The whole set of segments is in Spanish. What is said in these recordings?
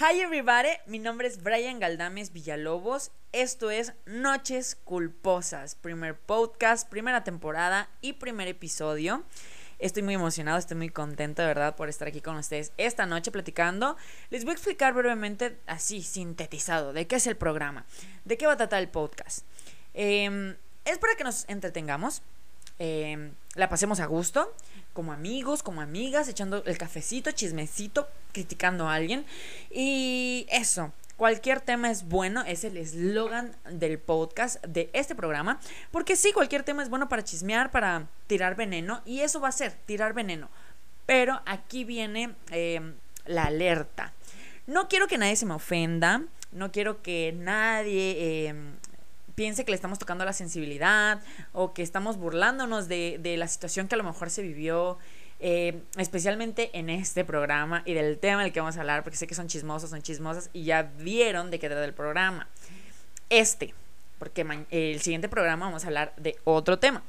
Hi everybody, mi nombre es Brian Galdames Villalobos. Esto es Noches Culposas, primer podcast, primera temporada y primer episodio. Estoy muy emocionado, estoy muy contento de verdad por estar aquí con ustedes esta noche platicando. Les voy a explicar brevemente, así sintetizado, de qué es el programa, de qué va a tratar el podcast. Es para que nos entretengamos, la pasemos a gusto, como amigos, como amigas, echando el cafecito, chismecito, criticando a alguien. Y eso, cualquier tema es bueno, es el eslogan del podcast, de este programa. Porque sí, cualquier tema es bueno para chismear, para tirar veneno. Y eso va a ser, tirar veneno. Pero aquí viene la alerta. No quiero que nadie se me ofenda, no quiero que nadie piense que le estamos tocando la sensibilidad o que estamos burlándonos de la situación que a lo mejor se vivió, especialmente en este programa y del tema del que vamos a hablar, porque sé que son chismosos, son chismosas y ya vieron de qué trata el programa. Porque el siguiente programa vamos a hablar de otro tema.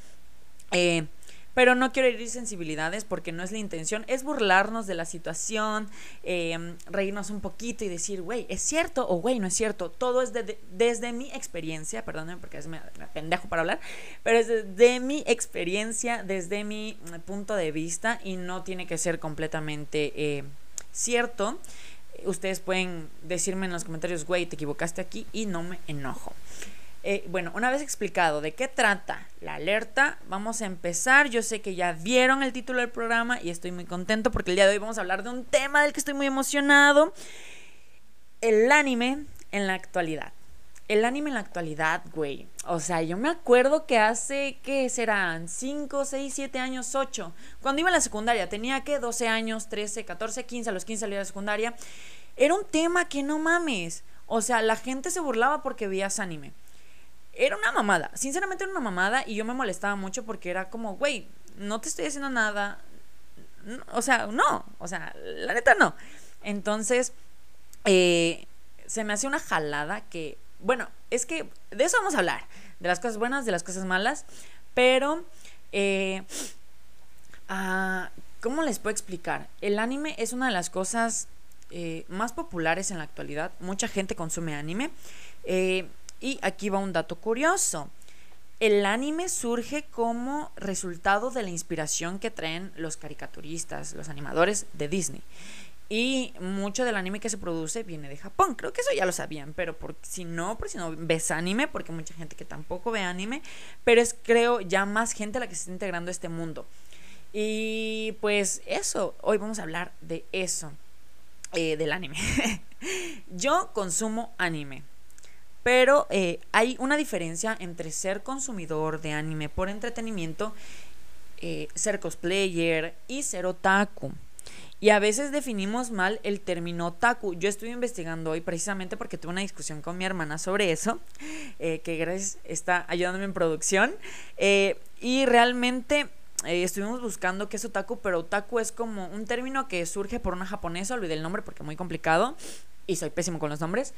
Pero no quiero herir sensibilidades porque no es la intención, es burlarnos de la situación, reírnos un poquito y decir, güey, ¿es cierto? O güey, no es cierto. Todo es desde mi experiencia, perdónenme porque me pendejo para hablar, pero es desde mi experiencia, desde mi punto de vista y no tiene que ser completamente cierto. Ustedes pueden decirme en los comentarios, güey, te equivocaste aquí y no me enojo. Bueno, una vez explicado de qué trata la alerta, vamos a empezar. Yo sé que ya vieron el título del programa y estoy muy contento porque el día de hoy vamos a hablar de un tema del que estoy muy emocionado. El anime en la actualidad. El anime en la actualidad, güey. O sea, yo me acuerdo que hace, ¿qué serán? 5, 6, 7 años, 8. Cuando iba a la secundaria, tenía que 12 años, 13, 14, 15, a los 15 salí a la secundaria. Era un tema que no mames. O sea, la gente se burlaba porque veías anime. Era una mamada, sinceramente era una mamada y yo me molestaba mucho porque era como, güey, no te estoy haciendo nada, o sea, la neta no. Entonces, se me hacía una jalada que, bueno, es que de eso vamos a hablar, de las cosas buenas, de las cosas malas, pero, ¿cómo les puedo explicar? El anime es una de las cosas más populares en la actualidad, mucha gente consume anime, y aquí va un dato curioso. El anime surge como resultado de la inspiración que traen los caricaturistas, los animadores de Disney. Y mucho del anime que se produce viene de Japón. Creo que eso ya lo sabían, pero por si no ves anime, porque hay mucha gente que tampoco ve anime, pero es, creo, ya más gente la que se está integrando a este mundo. Y pues eso, hoy vamos a hablar de eso, del anime. Yo consumo anime. Pero hay una diferencia entre ser consumidor de anime por entretenimiento, ser cosplayer y ser otaku. Y a veces definimos mal el término otaku. Yo estuve investigando hoy precisamente porque tuve una discusión con mi hermana sobre eso, que gracias está ayudándome en producción. Y realmente estuvimos buscando qué es otaku, pero otaku es como un término que surge por una japonesa, olvidé el nombre porque es muy complicado y soy pésimo con los nombres.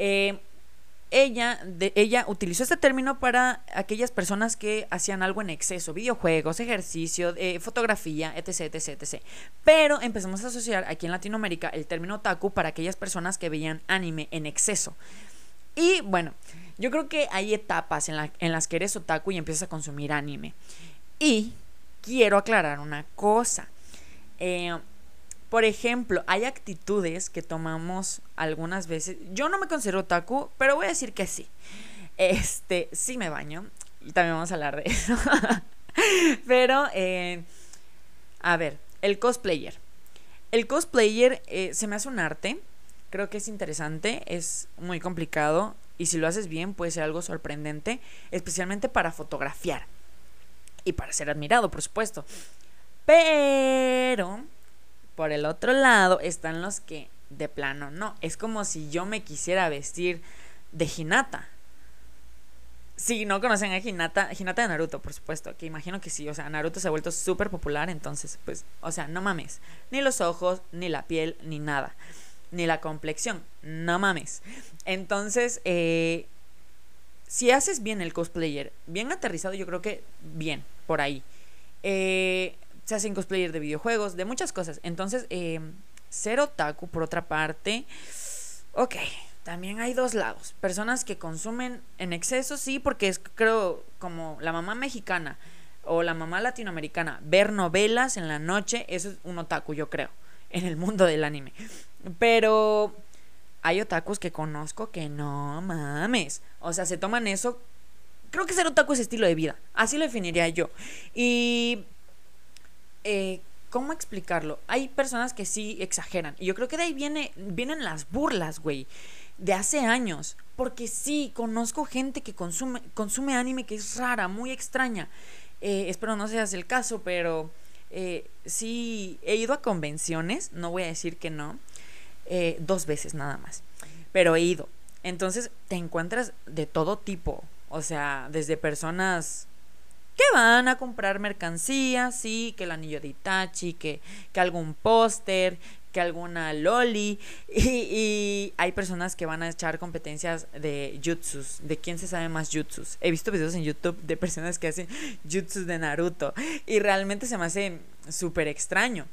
Ella utilizó este término para aquellas personas que hacían algo en exceso, videojuegos, ejercicio, fotografía, etc, etc, etc. Pero empezamos a asociar aquí en Latinoamérica el término otaku para aquellas personas que veían anime en exceso. Y bueno, yo creo que hay etapas en las que eres otaku y empiezas a consumir anime. Y quiero aclarar una cosa. Por ejemplo, hay actitudes que tomamos algunas veces. Yo no me considero otaku, pero voy a decir que sí. Sí me baño. Y también vamos a hablar de eso. Pero, a ver, el cosplayer. El cosplayer se me hace un arte. Creo que es interesante, es muy complicado. Y si lo haces bien puede ser algo sorprendente. Especialmente para fotografiar. Y para ser admirado, por supuesto. Pero por el otro lado están los que de plano no. Es como si yo me quisiera vestir de Hinata. Si no conocen a Hinata de Naruto, por supuesto, que imagino que sí. O sea, Naruto se ha vuelto súper popular. Entonces, pues, o sea, no mames. Ni los ojos, ni la piel, ni nada. Ni la complexión, no mames. Entonces, si haces bien el cosplayer, bien aterrizado, yo creo que bien, por ahí. Se hacen cosplayer de videojuegos, de muchas cosas. Entonces, ser otaku, por otra parte, Ok, también hay dos lados. Personas que consumen en exceso, sí, porque es, creo, como la mamá mexicana o la mamá latinoamericana, ver novelas en la noche, eso es un otaku, yo creo, en el mundo del anime. Pero hay otakus que conozco que no mames. O sea, se toman eso. Creo que ser otaku es estilo de vida. Así lo definiría yo. Y ¿cómo explicarlo? Hay personas que sí exageran. Y yo creo que de ahí vienen las burlas, güey. De hace años. Porque sí, conozco gente que consume anime que es rara, muy extraña. Espero no seas el caso, pero sí he ido a convenciones. No voy a decir que no. 2 veces nada más. Pero he ido. Entonces te encuentras de todo tipo. O sea, desde personas que van a comprar mercancía, sí, que el anillo de Itachi, que algún póster, que alguna loli. Y hay personas que van a echar competencias de jutsus, de quién se sabe más jutsus. He visto videos en YouTube de personas que hacen jutsus de Naruto y realmente se me hace súper extraño.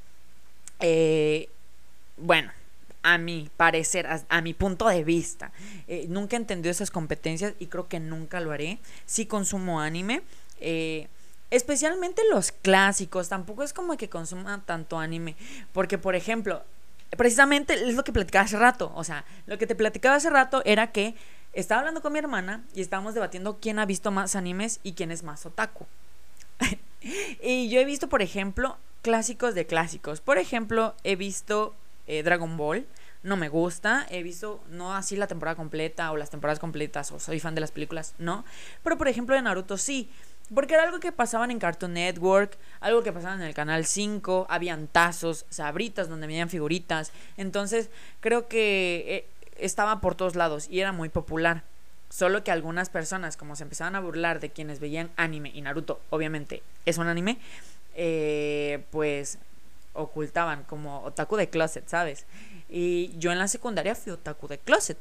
Bueno, a mi parecer, a mi punto de vista, nunca entendí esas competencias y creo que nunca lo haré. Sí consumo anime, especialmente los clásicos. Tampoco es como que consuma tanto anime, porque por ejemplo, precisamente es lo que platicaba hace rato. O sea, lo que te platicaba hace rato era que estaba hablando con mi hermana y estábamos debatiendo quién ha visto más animes y quién es más otaku. Y yo he visto, por ejemplo, clásicos de clásicos. Por ejemplo, he visto Dragon Ball. No me gusta. He visto, no así la temporada completa o las temporadas completas, o soy fan de las películas, no. Pero por ejemplo de Naruto sí. Porque era algo que pasaban en Cartoon Network, algo que pasaban en el Canal 5, habían tazos, sabritas donde venían figuritas. Entonces creo que estaba por todos lados y era muy popular. Solo que algunas personas, como se empezaban a burlar de quienes veían anime, y Naruto obviamente es un anime, pues ocultaban como otaku de closet, ¿sabes? Y yo en la secundaria fui otaku de closet.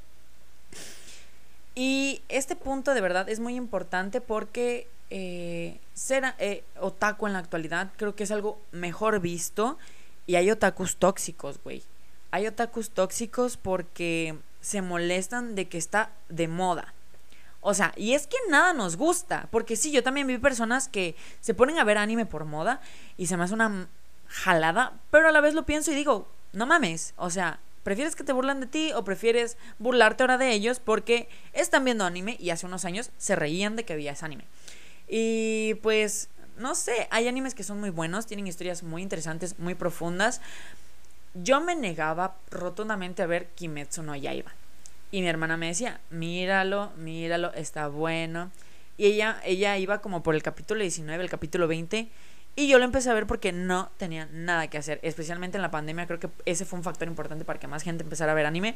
Y este punto de verdad es muy importante porque ser otaku en la actualidad creo que es algo mejor visto. Y hay otakus tóxicos, güey. Hay otakus tóxicos porque se molestan de que está de moda. O sea, y es que nada nos gusta. Porque sí, yo también vi personas que se ponen a ver anime por moda y se me hace una jalada, pero a la vez lo pienso y digo, no mames, o sea, ¿prefieres que te burlan de ti o prefieres burlarte ahora de ellos porque están viendo anime y hace unos años se reían de que veías anime? Y pues, no sé, hay animes que son muy buenos, tienen historias muy interesantes, muy profundas. Yo me negaba rotundamente a ver Kimetsu no Yaiba. Y mi hermana me decía, míralo, míralo, está bueno. Y ella iba como por el capítulo 19, el capítulo 20. Y yo lo empecé a ver porque no tenía nada que hacer. Especialmente en la pandemia, creo que ese fue un factor importante para que más gente empezara a ver anime.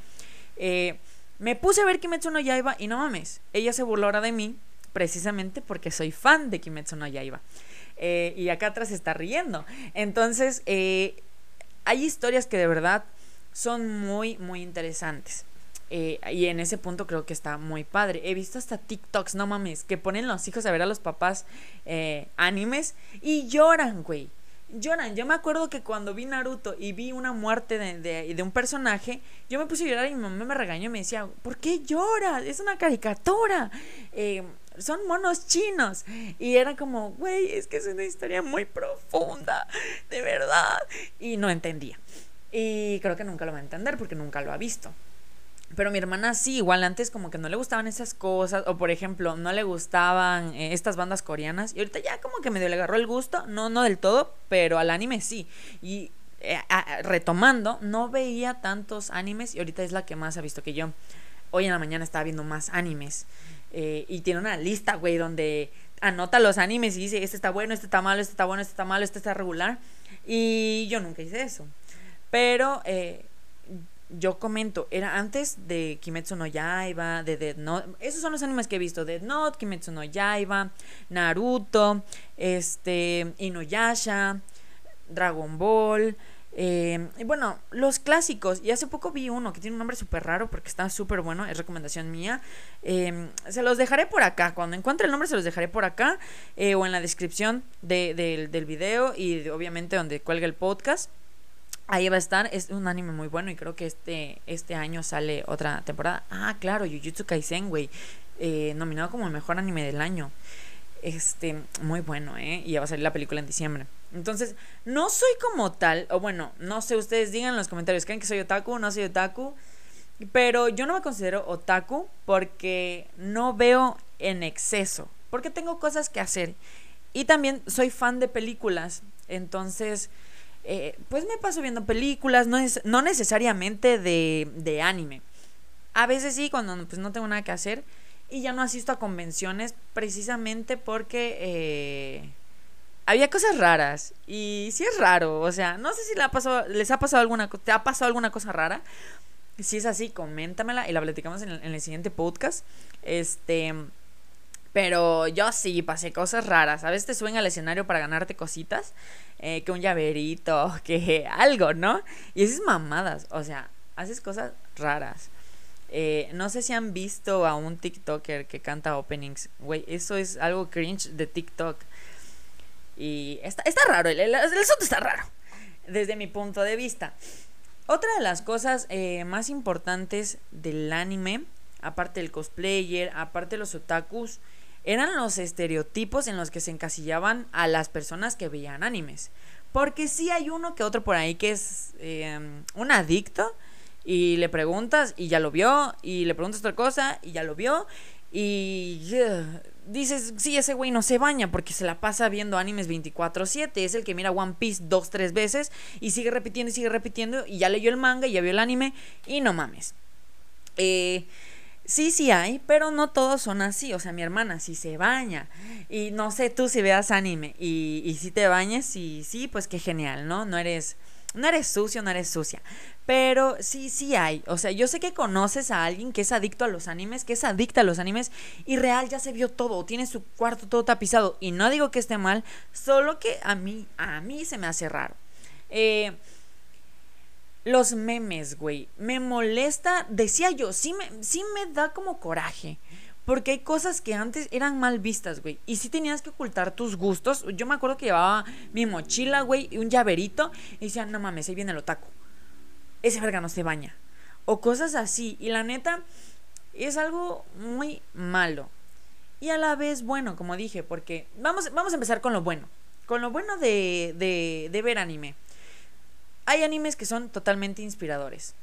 Me puse a ver Kimetsu no Yaiba y no mames, ella se burló ahora de mí precisamente porque soy fan de Kimetsu no Yaiba. Y acá atrás se está riendo. Entonces, hay historias que de verdad son muy, muy interesantes. Y en ese punto creo que está muy padre. He visto hasta TikToks, no mames, que ponen los hijos a ver a los papás animes y lloran, güey. Lloran. Yo me acuerdo que cuando vi Naruto y vi una muerte de un personaje, yo me puse a llorar y mi mamá me regañó y me decía, ¿por qué lloras? Es una caricatura. Son monos chinos. Y era como, güey, es que es una historia muy profunda, de verdad. Y no entendía. Y creo que nunca lo va a entender porque nunca lo ha visto. Pero mi hermana sí, igual antes como que no le gustaban esas cosas. O por ejemplo, no le gustaban estas bandas coreanas. Y ahorita ya como que medio le agarró el gusto. No del todo, pero al anime sí. Y retomando, no veía tantos animes. Y ahorita es la que más ha visto que yo. Hoy en la mañana estaba viendo más animes. Y tiene una lista, güey, donde anota los animes y dice, este está bueno, este está malo, este está bueno, este está malo, este está regular. Y yo nunca hice eso. Pero yo comento, era antes de Kimetsu no Yaiba, de Death Note. Esos son los animes que he visto: Death Note, Kimetsu no Yaiba, Naruto, Inuyasha, Dragon Ball. Y bueno, los clásicos. Y hace poco vi uno que tiene un nombre súper raro porque está súper bueno, es recomendación mía. Se los dejaré por acá. Cuando encuentre el nombre se los dejaré por acá, o en la descripción del video y obviamente donde cuelga el podcast. Ahí va a estar, es un anime muy bueno y creo que este año sale otra temporada. Ah, claro, Jujutsu Kaisen, güey. Nominado como el mejor anime del año. Muy bueno, ¿eh? Y ya va a salir la película en diciembre. Entonces, no soy como tal, o bueno, no sé, ustedes digan en los comentarios, ¿creen que soy otaku? No soy otaku. Pero yo no me considero otaku porque no veo en exceso. Porque tengo cosas que hacer. Y también soy fan de películas. Entonces, pues me paso viendo películas, no necesariamente de anime. A veces sí, cuando pues no tengo nada que hacer. Y ya no asisto a convenciones precisamente porque había cosas raras. Y sí es raro, o sea, no sé si les ha pasado ¿te ha pasado alguna cosa rara? Si es así, coméntamela y la platicamos en el siguiente podcast. Pero yo sí pasé cosas raras. A veces te suben al escenario para ganarte cositas. Que un llaverito, que algo, ¿no? Y esas mamadas, o sea, haces cosas raras. No sé si han visto a un TikToker que canta openings. Güey, eso es algo cringe de TikTok. Y está raro, el asunto está raro. Desde mi punto de vista. Otra de las cosas más importantes del anime, aparte del cosplayer, aparte de los otakus, eran los estereotipos en los que se encasillaban a las personas que veían animes. Porque sí hay uno que otro por ahí que es un adicto y le preguntas y ya lo vio, y le preguntas otra cosa y ya lo vio, y dices, sí, ese güey no se baña porque se la pasa viendo animes 24/7, es el que mira One Piece 2-3 veces y sigue repitiendo y ya leyó el manga y ya vio el anime y no mames. Sí hay, pero no todos son así. O sea, mi hermana sí se baña. Y no sé tú si veas anime y si te bañes, y sí, pues qué genial, ¿no? No eres sucio, no eres sucia. Pero sí hay. O sea, yo sé que conoces a alguien que es adicto a los animes, que es adicta a los animes, y real ya se vio todo, tiene su cuarto todo tapizado. Y no digo que esté mal, solo que a mí se me hace raro. Los memes, güey, me molesta, decía yo, sí me da como coraje. Porque hay cosas que antes eran mal vistas, güey. Y sí tenías que ocultar tus gustos. Yo me acuerdo que llevaba mi mochila, güey, y un llaverito. Y decía, no mames, ahí viene el otaku. Ese verga no se baña. O cosas así. Y la neta, es algo muy malo. Y a la vez bueno, como dije, porque vamos a empezar con lo bueno. Con lo bueno de ver anime. Hay animes que son totalmente inspiradores,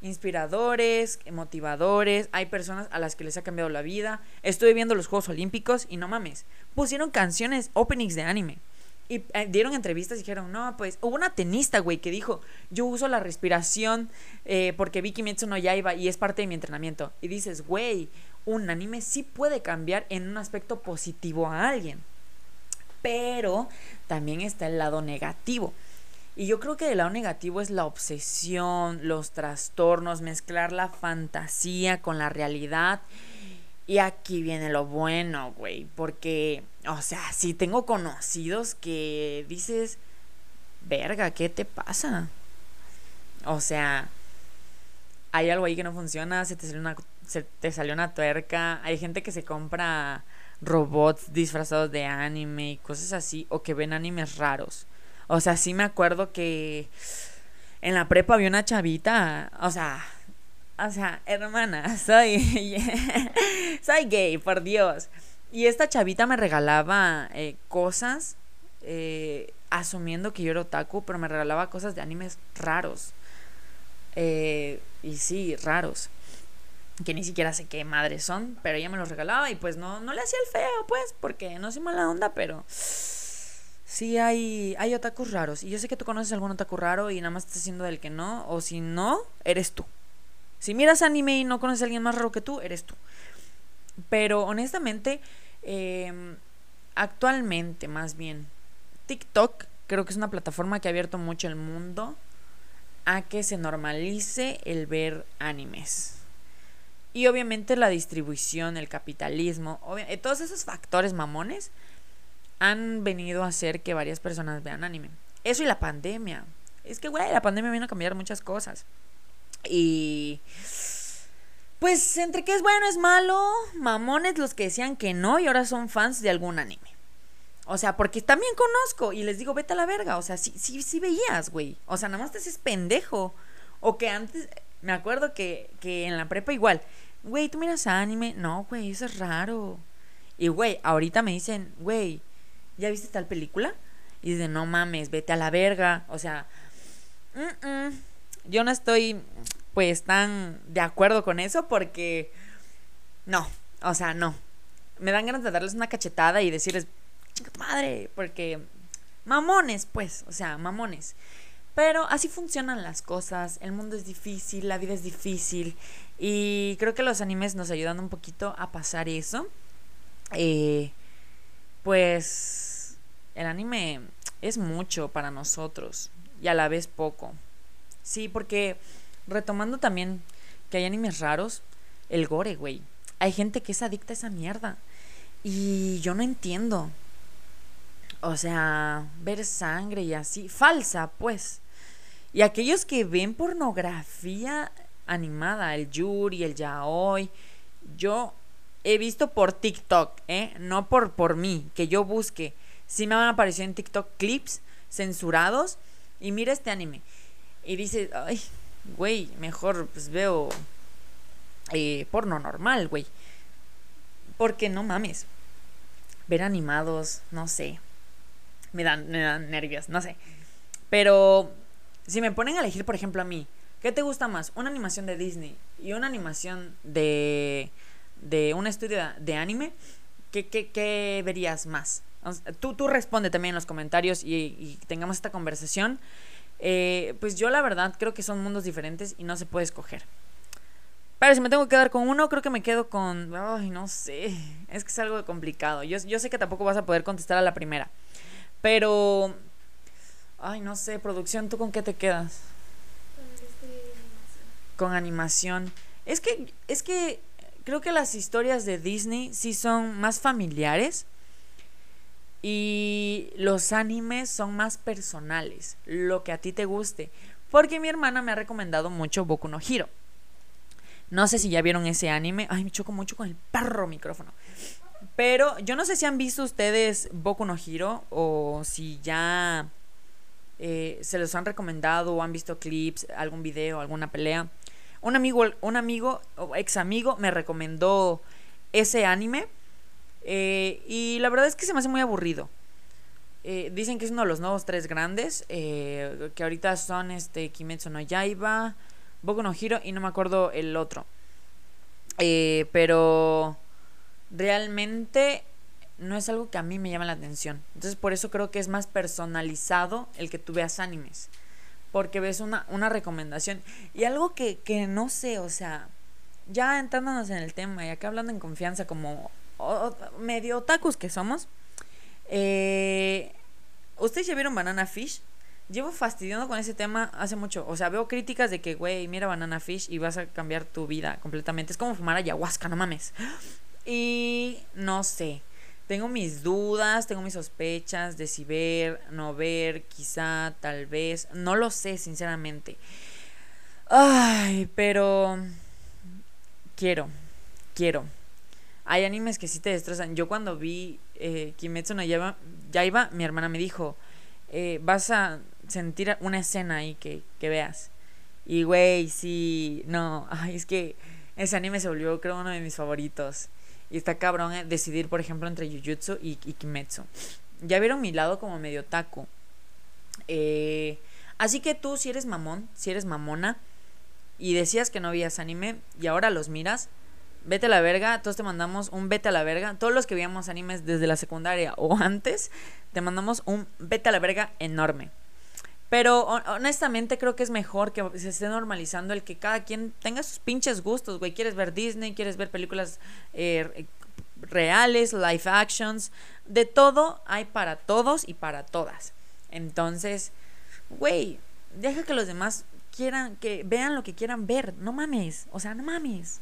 motivadores. Hay personas a las que les ha cambiado la vida. Estuve viendo los Juegos Olímpicos y no mames, pusieron canciones, openings de anime. Y dieron entrevistas y dijeron, no, pues hubo una tenista, güey, que dijo, yo uso la respiración porque vi Kimetsu no Yaiba y es parte de mi entrenamiento. Y dices, güey, un anime sí puede cambiar en un aspecto positivo a alguien. Pero también está el lado negativo. Y yo creo que el lado negativo es la obsesión, los trastornos, mezclar la fantasía con la realidad. Y aquí viene lo bueno, güey. Porque, o sea, sí tengo conocidos que dices, verga, ¿qué te pasa? O sea, hay algo ahí que no funciona, se te salió una tuerca. Hay gente que se compra robots disfrazados de anime y cosas así, o que ven animes raros. O sea, sí me acuerdo que en la prepa había una chavita, hermana, soy gay, por Dios. Y esta chavita me regalaba cosas, asumiendo que yo era otaku, pero me regalaba cosas de animes raros. Y sí, raros. Que ni siquiera sé qué madres son, pero ella me los regalaba y pues no le hacía el feo, pues, porque no soy mala onda, pero sí hay otakus raros. Y yo sé que tú conoces algún otaku raro y nada más estás haciendo del que no, o si no, eres tú. Si miras anime y no conoces a alguien más raro que tú, eres tú. Pero honestamente, actualmente más bien, TikTok creo que es una plataforma que ha abierto mucho el mundo a que se normalice el ver animes. Y obviamente la distribución, el capitalismo, todos esos factores mamones han venido a hacer que varias personas vean anime. Eso y la pandemia. Es que, güey, la pandemia vino a cambiar muchas cosas. Y pues entre que es bueno, es malo, mamones los que decían que no y ahora son fans de algún anime. O sea, porque también conozco y les digo, vete a la verga. O sea, sí veías, güey. O sea, nada más te haces pendejo. O que antes, me acuerdo que en la prepa igual. Güey, ¿tú miras anime? No, güey, eso es raro. Y, güey, ahorita me dicen, güey, ¿ya viste tal película? Y dicen, no mames, vete a la verga. O sea, yo no estoy, pues, tan de acuerdo con eso porque, no, o sea, no. Me dan ganas de darles una cachetada y decirles, chinga tu madre, porque mamones, pues, o sea, mamones. Pero así funcionan las cosas, el mundo es difícil, la vida es difícil y creo que los animes nos ayudan un poquito a pasar eso. Pues el anime es mucho para nosotros y a la vez poco. Sí, porque retomando también que hay animes raros, el gore, güey. Hay gente que es adicta a esa mierda y yo no entiendo. O sea, ver sangre y así, falsa, pues. Y aquellos que ven pornografía animada, el yuri, el yaoi, yo he visto por TikTok, no por mí, que yo busque. Sí me van a aparecer en TikTok clips censurados y mira este anime. Y dices, ay, güey, mejor pues veo porno normal, güey. Porque no mames, ver animados, no sé, me dan nervios, no sé. Pero si me ponen a elegir, por ejemplo, a mí, ¿qué te gusta más? ¿Una animación de Disney y una animación de un estudio de anime? ¿Qué verías más? Tú responde también en los comentarios y tengamos esta conversación. Pues yo la verdad creo que son mundos diferentes y no se puede escoger. Pero si me tengo que quedar con uno, creo que me quedo con... Ay, no sé. Es que es algo complicado. Yo sé que tampoco vas a poder contestar a la primera. Pero... Ay, no sé, producción, ¿tú con qué te quedas? Con animación. Es que creo que las historias de Disney sí son más familiares y los animes son más personales, lo que a ti te guste. Porque mi hermana me ha recomendado mucho Boku no Hero. No sé si ya vieron ese anime. Ay, me choco mucho con el perro micrófono. Pero yo no sé si han visto ustedes Boku no Hero o si ya se los han recomendado o han visto clips, algún video, alguna pelea. Un amigo o ex amigo me recomendó ese anime y la verdad es que se me hace muy aburrido. Dicen que es uno de los nuevos tres grandes, que ahorita son Kimetsu no Yaiba, Boku no Hero y no me acuerdo el otro. Pero realmente no es algo que a mí me llama la atención. Entonces por eso creo que es más personalizado el que tú veas animes. Porque ves una recomendación. Y algo que no sé, o sea, ya entrándonos en el tema y acá hablando en confianza como medio otakus que somos. ¿Ustedes ya vieron Banana Fish? Llevo fastidiando con ese tema hace mucho. O sea, veo críticas de que, güey, mira Banana Fish y vas a cambiar tu vida completamente. Es como fumar ayahuasca, no mames. Y no sé. Tengo mis dudas, tengo mis sospechas de si ver, no ver, quizá, tal vez. No lo sé, sinceramente. Ay, pero quiero. Hay animes que sí te destrozan. Yo cuando vi Kimetsu no Yaiba, mi hermana me dijo, vas a sentir una escena ahí que veas. Y güey, sí, no, ay, es que ese anime se volvió, creo, uno de mis favoritos. Y está cabrón decidir, por ejemplo, entre Jujutsu y Kimetsu. Ya vieron mi lado como medio taku. Así que tú, si eres mamón, si eres mamona, y decías que no veías anime, y ahora los miras, vete a la verga. Todos te mandamos un vete a la verga. Todos los que veíamos animes desde la secundaria o antes, te mandamos un vete a la verga enorme. Pero honestamente creo que es mejor que se esté normalizando el que cada quien tenga sus pinches gustos, güey. ¿Quieres ver Disney? ¿Quieres ver películas reales, live actions? De todo hay para todos y para todas. Entonces, güey, deja que los demás quieran, que vean lo que quieran ver. No mames, o sea, no mames.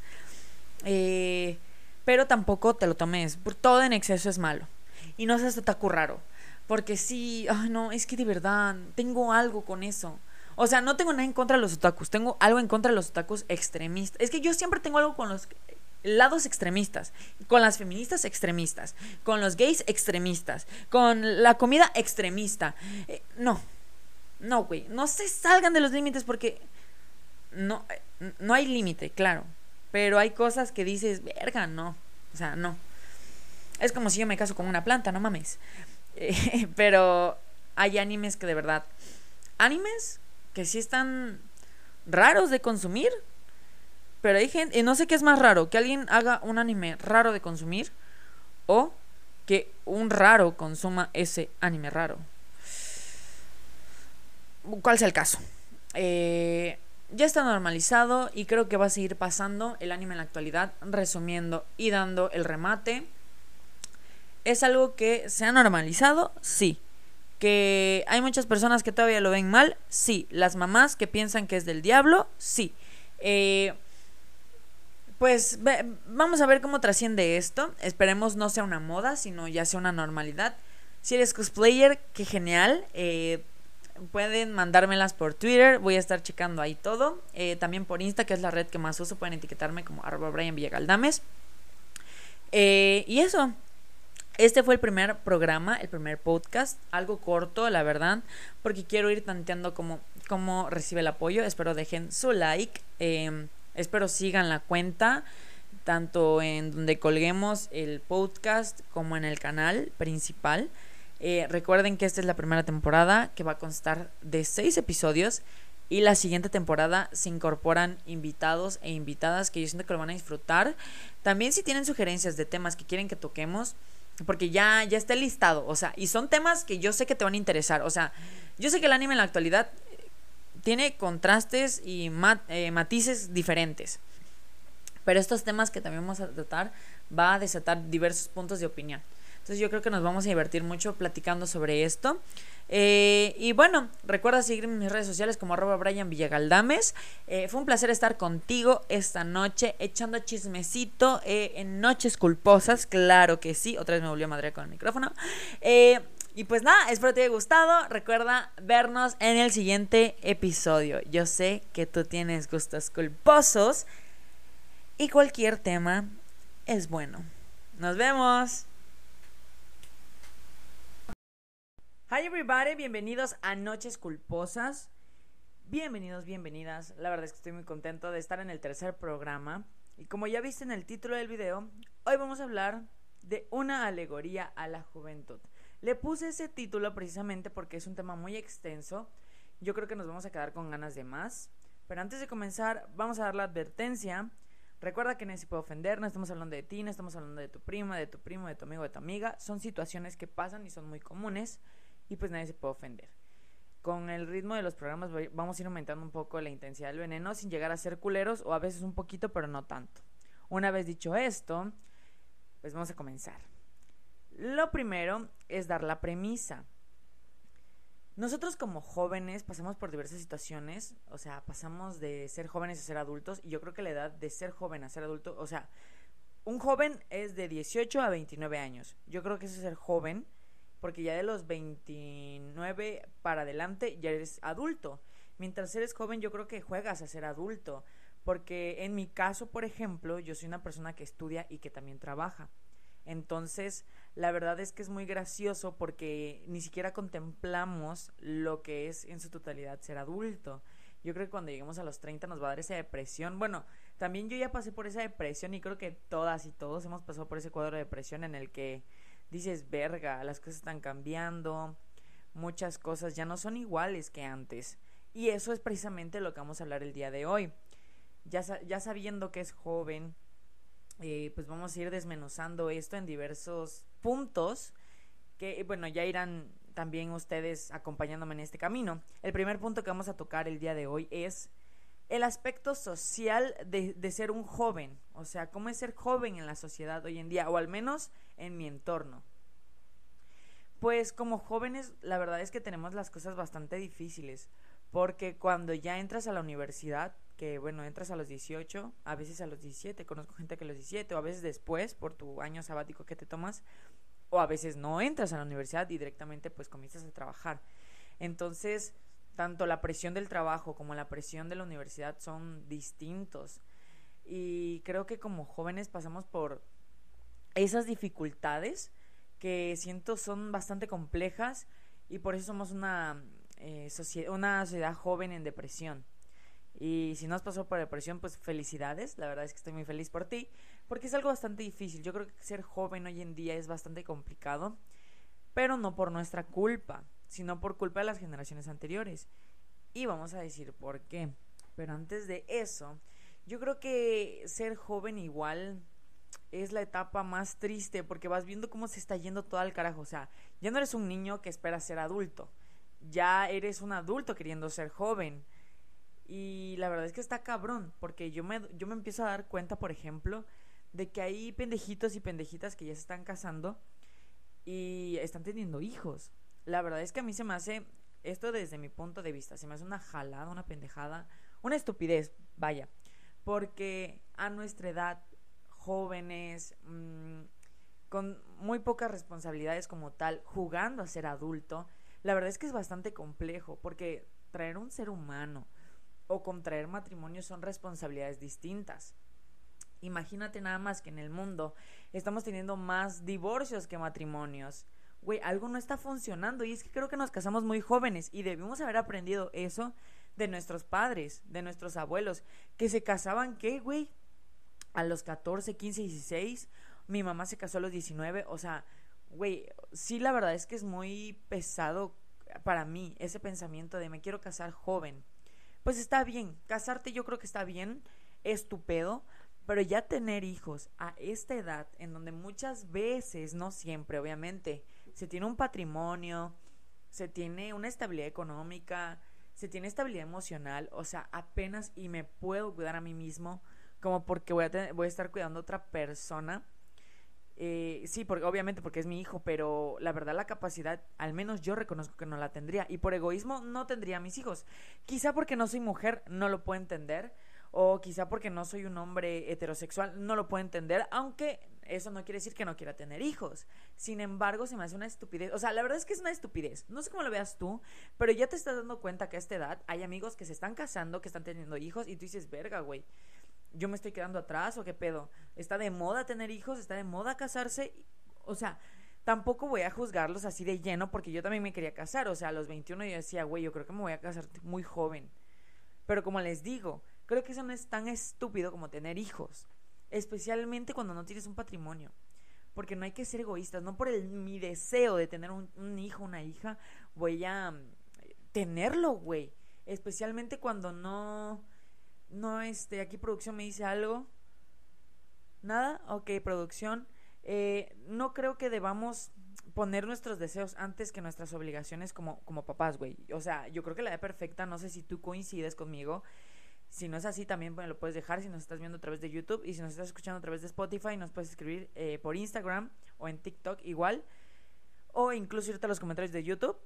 Pero tampoco te lo tomes, porque todo en exceso es malo. Y no seas otaku raro. Porque sí, ay no, es que de verdad tengo algo con eso. O sea, no tengo nada en contra de los otakus, tengo algo en contra de los otakus extremistas. Es que yo siempre tengo algo con los lados extremistas, con las feministas extremistas, con los gays extremistas, con la comida extremista. No, güey, no se salgan de los límites porque no, no hay límite, claro, pero hay cosas que dices, verga, no, o sea, no. Es como si yo me caso con una planta, no mames. Pero hay animes que de verdad, animes que sí están raros de consumir, pero hay gente, y no sé qué es más raro, que alguien haga un anime raro de consumir o que un raro consuma ese anime raro. ¿Cuál sea el caso? Ya está normalizado y creo que va a seguir pasando el anime en la actualidad. Resumiendo y dando el remate, ¿es algo que se ha normalizado? Sí. ¿Que hay muchas personas que todavía lo ven mal? Sí. ¿Las mamás que piensan que es del diablo? Sí. Pues vamos a ver cómo trasciende esto. Esperemos no sea una moda, sino ya sea una normalidad. Si eres cosplayer, qué genial. Pueden mandármelas por Twitter, voy a estar checando ahí todo. También por Insta, que es la red que más uso, pueden etiquetarme como @BrianVillagaldames. Y eso. Este fue el primer programa, el primer podcast, algo corto, la verdad, porque quiero ir tanteando cómo recibe el apoyo. Espero dejen su like, espero sigan la cuenta, tanto en donde colguemos el podcast como en el canal principal. Recuerden que esta es la primera temporada, que va a constar de 6 episodios. Y la siguiente temporada se incorporan invitados e invitadas que yo siento que lo van a disfrutar. También si tienen sugerencias de temas que quieren que toquemos, porque ya está listado, o sea, y son temas que yo sé que te van a interesar. O sea, yo sé que el anime en la actualidad tiene contrastes y matices diferentes, pero estos temas que también vamos a tratar va a desatar diversos puntos de opinión. Entonces yo creo que nos vamos a divertir mucho platicando sobre esto. Y bueno, recuerda seguirme en mis redes sociales como @BrianVillagaldames. Fue un placer estar contigo esta noche echando chismecito en Noches Culposas, claro que sí. Otra vez me volvió a madrear con el micrófono. Y pues nada, espero te haya gustado. Recuerda vernos en el siguiente episodio. Yo sé que tú tienes gustos culposos y cualquier tema es bueno. Nos vemos. Hi everybody, bienvenidos a Noches Culposas. Bienvenidos, bienvenidas. La verdad es que estoy muy contento de estar en el tercer programa. Y como ya viste en el título del video, hoy vamos a hablar de una alegoría a la juventud. Le puse ese título precisamente porque es un tema muy extenso. Yo creo que nos vamos a quedar con ganas de más. Pero antes de comenzar, vamos a dar la advertencia. Recuerda que nadie se puede ofender, no estamos hablando de ti, no estamos hablando de tu prima, de tu primo, de tu amigo, de tu amiga. Son situaciones que pasan y son muy comunes. Y pues nadie se puede ofender. Con el ritmo de los programas vamos a ir aumentando un poco la intensidad del veneno sin llegar a ser culeros, o a veces un poquito, pero no tanto. Una vez dicho esto, pues vamos a comenzar. Lo primero es dar la premisa. Nosotros como jóvenes pasamos por diversas situaciones, o sea, pasamos de ser jóvenes a ser adultos, y yo creo que la edad de ser joven a ser adulto, o sea, un joven es de 18 a 29 años. Yo creo que eso es ser joven, porque ya de los 29 para adelante ya eres adulto. Mientras eres joven yo creo que juegas a ser adulto. Porque en mi caso, por ejemplo, yo soy una persona que estudia y que también trabaja. Entonces, la verdad es que es muy gracioso porque ni siquiera contemplamos lo que es en su totalidad ser adulto. Yo creo que cuando lleguemos a los 30 nos va a dar esa depresión. Bueno, también yo ya pasé por esa depresión y creo que todas y todos hemos pasado por ese cuadro de depresión en el que dices, verga, las cosas están cambiando, muchas cosas ya no son iguales que antes. Y eso es precisamente lo que vamos a hablar el día de hoy. Ya sabiendo que es joven, pues vamos a ir desmenuzando esto en diversos puntos que, bueno, ya irán también ustedes acompañándome en este camino. El primer punto que vamos a tocar el día de hoy es el aspecto social de ser un joven. O sea, cómo es ser joven en la sociedad hoy en día, o al menos en mi entorno. Pues como jóvenes, la verdad es que tenemos las cosas bastante difíciles, porque cuando ya entras a la universidad, que bueno, entras a los 18, a veces a los 17, conozco gente que a los 17, o a veces después, por tu año sabático que te tomas, o a veces no entras a la universidad y directamente pues comienzas a trabajar. Entonces, tanto la presión del trabajo como la presión de la universidad son distintos. y creo que como jóvenes pasamos por esas dificultades que siento son bastante complejas y por eso somos una sociedad joven en depresión. Y si no has pasado por depresión, pues felicidades. La verdad es que estoy muy feliz por ti, porque es algo bastante difícil. Yo creo que ser joven hoy en día es bastante complicado, pero no por nuestra culpa, sino por culpa de las generaciones anteriores. Y vamos a decir por qué. Pero antes de eso, yo creo que ser joven igual es la etapa más triste porque vas viendo cómo se está yendo todo al carajo. O sea, ya no eres un niño que espera ser adulto. Ya eres un adulto queriendo ser joven. Y la verdad es que está cabrón, porque yo me empiezo a dar cuenta, por ejemplo, de que hay pendejitos y pendejitas que ya se están casando y están teniendo hijos. La verdad es que a mí se me hace, esto desde mi punto de vista, se me hace una jalada, una pendejada, una estupidez, vaya. Porque a nuestra edad, jóvenes, con muy pocas responsabilidades como tal, jugando a ser adulto, la verdad es que es bastante complejo, porque traer un ser humano o contraer matrimonio son responsabilidades distintas. Imagínate nada más que en el mundo estamos teniendo más divorcios que matrimonios. Güey, algo no está funcionando y es que creo que nos casamos muy jóvenes y debimos haber aprendido eso de nuestros padres, de nuestros abuelos, que se casaban, ¿qué, güey? A los 14, 15, 16. Mi mamá se casó a los 19. O sea, güey, sí, la verdad es que es muy pesado para mí ese pensamiento de me quiero casar joven. Pues está bien, casarte yo creo que está bien, es tu pedo, pero ya tener hijos a esta edad, en donde muchas veces, no siempre, obviamente, se tiene un patrimonio, se tiene una estabilidad económica, se tiene estabilidad emocional, o sea, apenas y me puedo cuidar a mí mismo, como porque voy a estar cuidando a otra persona. Sí, porque obviamente porque es mi hijo, pero la verdad la capacidad, al menos yo reconozco que no la tendría y por egoísmo no tendría a mis hijos. Quizá porque no soy mujer no lo puedo entender o quizá porque no soy un hombre heterosexual no lo puedo entender, aunque eso no quiere decir que no quiera tener hijos. Sin embargo, se me hace una estupidez. O sea, la verdad es que es una estupidez. No sé cómo lo veas tú, pero ya te estás dando cuenta que a esta edad hay amigos que se están casando, que están teniendo hijos y tú dices, verga, güey, yo me estoy quedando atrás o qué pedo. Está de moda tener hijos, está de moda casarse. O sea, tampoco voy a juzgarlos así de lleno porque yo también me quería casar. O sea, a los 21 yo decía, güey, yo creo que me voy a casar muy joven. Pero como les digo, creo que eso no es tan estúpido como tener hijos. Especialmente cuando no tienes un patrimonio. Porque no hay que ser egoístas. No por mi deseo de tener un hijo, una hija, voy a tenerlo, güey. Especialmente cuando no, aquí producción me dice algo. Nada, ok, producción. No creo que debamos poner nuestros deseos antes que nuestras obligaciones como papás, güey. O sea, yo creo que la edad perfecta, no sé si tú coincides conmigo. Si no es así, también me lo puedes dejar si nos estás viendo a través de YouTube. Y si nos estás escuchando a través de Spotify, nos puedes escribir por Instagram o en TikTok igual. O incluso irte a los comentarios de YouTube.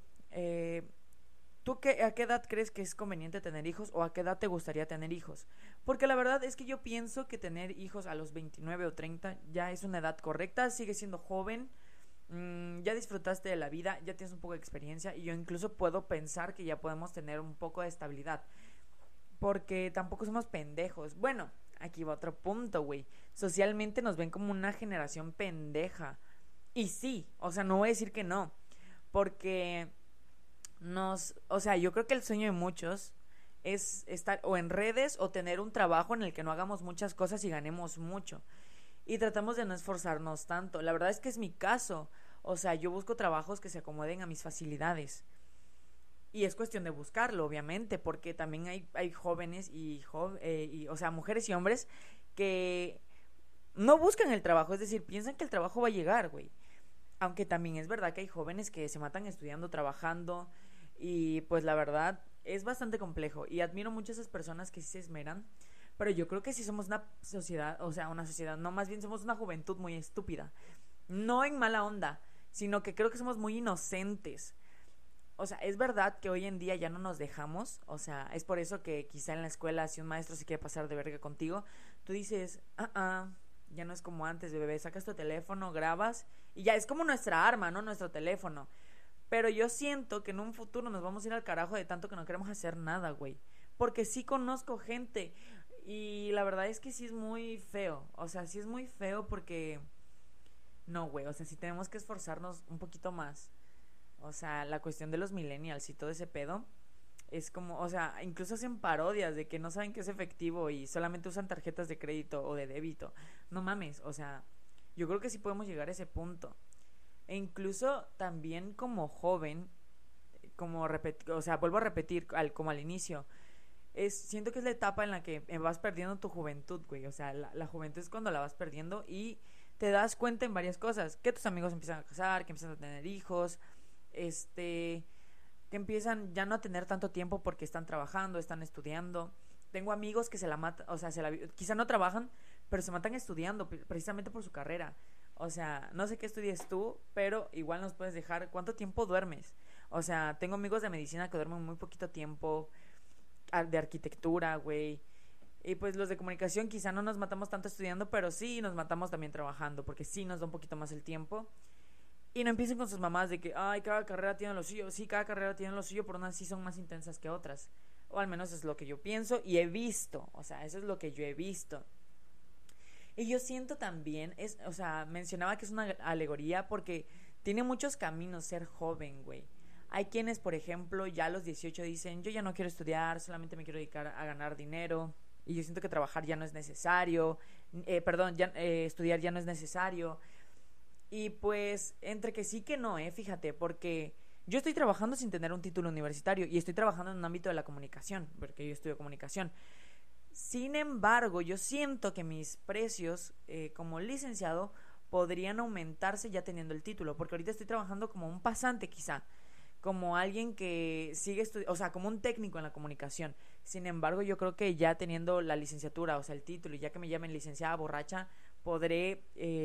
¿Tú a qué edad crees que es conveniente tener hijos o a qué edad te gustaría tener hijos? Porque la verdad es que yo pienso que tener hijos a los 29 o 30 ya es una edad correcta, sigues siendo joven, ya disfrutaste de la vida, ya tienes un poco de experiencia y yo incluso puedo pensar que ya podemos tener un poco de estabilidad. Porque tampoco somos pendejos. Bueno, aquí va otro punto, güey. Socialmente nos ven como una generación pendeja. Y sí, o sea, no voy a decir que no. Porque o sea, yo creo que el sueño de muchos es estar o en redes o tener un trabajo en el que no hagamos muchas cosas y ganemos mucho. Y tratamos de no esforzarnos tanto. La verdad es que es mi caso. O sea, yo busco trabajos que se acomoden a mis facilidades. Y es cuestión de buscarlo, obviamente, porque también hay jóvenes o sea, mujeres y hombres que no buscan el trabajo, es decir, piensan que el trabajo va a llegar, güey. Aunque también es verdad que hay jóvenes que se matan estudiando, trabajando y pues la verdad es bastante complejo y admiro mucho a esas personas que sí se esmeran, pero yo creo que sí somos una sociedad, o sea, una sociedad, no, más bien somos una juventud muy estúpida. No en mala onda, sino que creo que somos muy inocentes. O sea, es verdad que hoy en día ya no nos dejamos, o sea, es por eso que quizá en la escuela si un maestro se quiere pasar de verga contigo, tú dices, ya no es como antes, de bebé, sacas tu teléfono, grabas y ya es como nuestra arma, ¿no? Nuestro teléfono. Pero yo siento que en un futuro nos vamos a ir al carajo de tanto que no queremos hacer nada, güey. Porque sí conozco gente Y la verdad es que sí es muy feo. O sea, sí es muy feo porque... No, güey, o sea, sí tenemos que esforzarnos un poquito más. O sea, la cuestión de los millennials y todo ese pedo es como, o sea, incluso hacen parodias de que no saben qué es efectivo y solamente usan tarjetas de crédito o de débito. No mames, o sea, yo creo que sí podemos llegar a ese punto. E incluso también como joven, o sea, vuelvo a repetir como al inicio, siento que es la etapa en la que vas perdiendo tu juventud, güey. O sea, la juventud es cuando la vas perdiendo y te das cuenta en varias cosas. Que tus amigos empiezan a casar, que empiezan a tener hijos, que empiezan ya no a tener tanto tiempo porque están trabajando, están estudiando. Tengo amigos que se la matan, o sea, quizá no trabajan, pero se matan estudiando precisamente por su carrera. O sea, no sé qué estudies tú, pero igual nos puedes dejar cuánto tiempo duermes. O sea, tengo amigos de medicina que duermen muy poquito tiempo, de arquitectura, güey. Y pues los de comunicación quizá no nos matamos tanto estudiando, pero sí nos matamos también trabajando, porque sí nos da un poquito más el tiempo. Y no empiecen con sus mamás de que, ay, cada carrera tiene lo suyo. Sí, cada carrera tiene lo suyo, pero unas sí son más intensas que otras. O al menos es lo que yo pienso y he visto. O sea, eso es lo que yo he visto. Y yo siento también, o sea, mencionaba que es una alegoría porque tiene muchos caminos ser joven, güey. Hay quienes, por ejemplo, ya a los 18 dicen, yo ya no quiero estudiar, solamente me quiero dedicar a ganar dinero. Y yo siento que trabajar ya no es necesario. Estudiar ya no es necesario. Y pues, entre que sí que no, fíjate, porque yo estoy trabajando sin tener un título universitario y estoy trabajando en un ámbito de la comunicación, porque yo estudio comunicación. Sin embargo, yo siento que mis precios como licenciado podrían aumentarse ya teniendo el título, porque ahorita estoy trabajando como un pasante quizá, como alguien que sigue estudiando, o sea, como un técnico en la comunicación. Sin embargo, yo creo que ya teniendo la licenciatura, o sea, el título, y ya que me llamen licenciada borracha, podré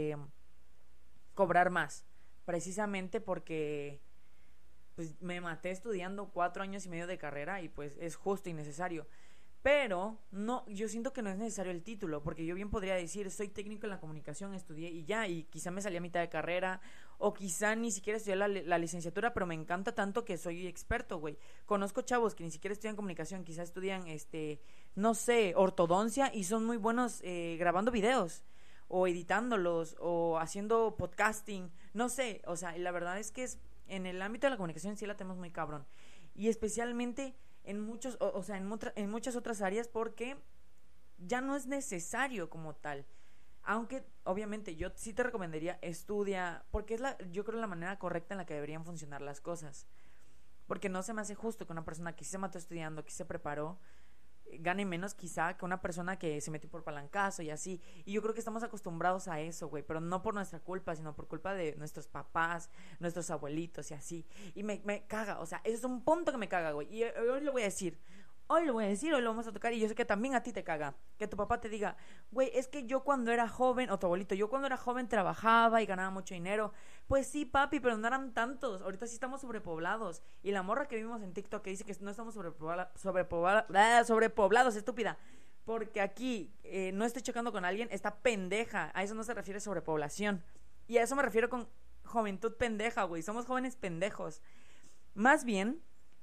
cobrar más, precisamente porque pues me maté estudiando 4 años y medio de carrera y pues es justo y necesario. Pero no, yo siento que no es necesario el título, porque yo bien podría decir, soy técnico en la comunicación, estudié y ya, y quizá me salí a mitad de carrera, o quizá ni siquiera estudié la licenciatura, pero me encanta tanto que soy experto, güey. Conozco chavos que ni siquiera estudian comunicación, quizá estudian, no sé, ortodoncia y son muy buenos grabando videos, o editándolos, o haciendo podcasting, no sé, o sea, y la verdad es que en el ámbito de la comunicación sí la tenemos muy cabrón, y especialmente en muchos, o sea, en muchas otras áreas, porque ya no es necesario como tal. Aunque obviamente yo sí te recomendaría estudia, porque yo creo la manera correcta en la que deberían funcionar las cosas. Porque no se me hace justo que una persona que sí se mató estudiando, que se preparó, gane menos quizá que una persona que se metió por palancazo y así. Y yo creo que estamos acostumbrados a eso, güey, pero no por nuestra culpa, sino por culpa de nuestros papás, nuestros abuelitos y así. Y me caga, o sea, eso es un punto que me caga, güey. Y hoy lo voy a decir. Hoy lo voy a decir, hoy lo vamos a tocar y yo sé que también a ti te caga. Que tu papá te diga, güey, es que yo cuando era joven, o tu abuelito, yo cuando era joven trabajaba y ganaba mucho dinero. Pues sí, papi, pero no eran tantos. Ahorita sí estamos sobrepoblados. Y la morra que vimos en TikTok que dice que no estamos sobrepoblados, estúpida. Porque aquí no estoy chocando con alguien, está pendeja. A eso no se refiere sobrepoblación. Y a eso me refiero con juventud pendeja, güey. Somos jóvenes pendejos. Más bien,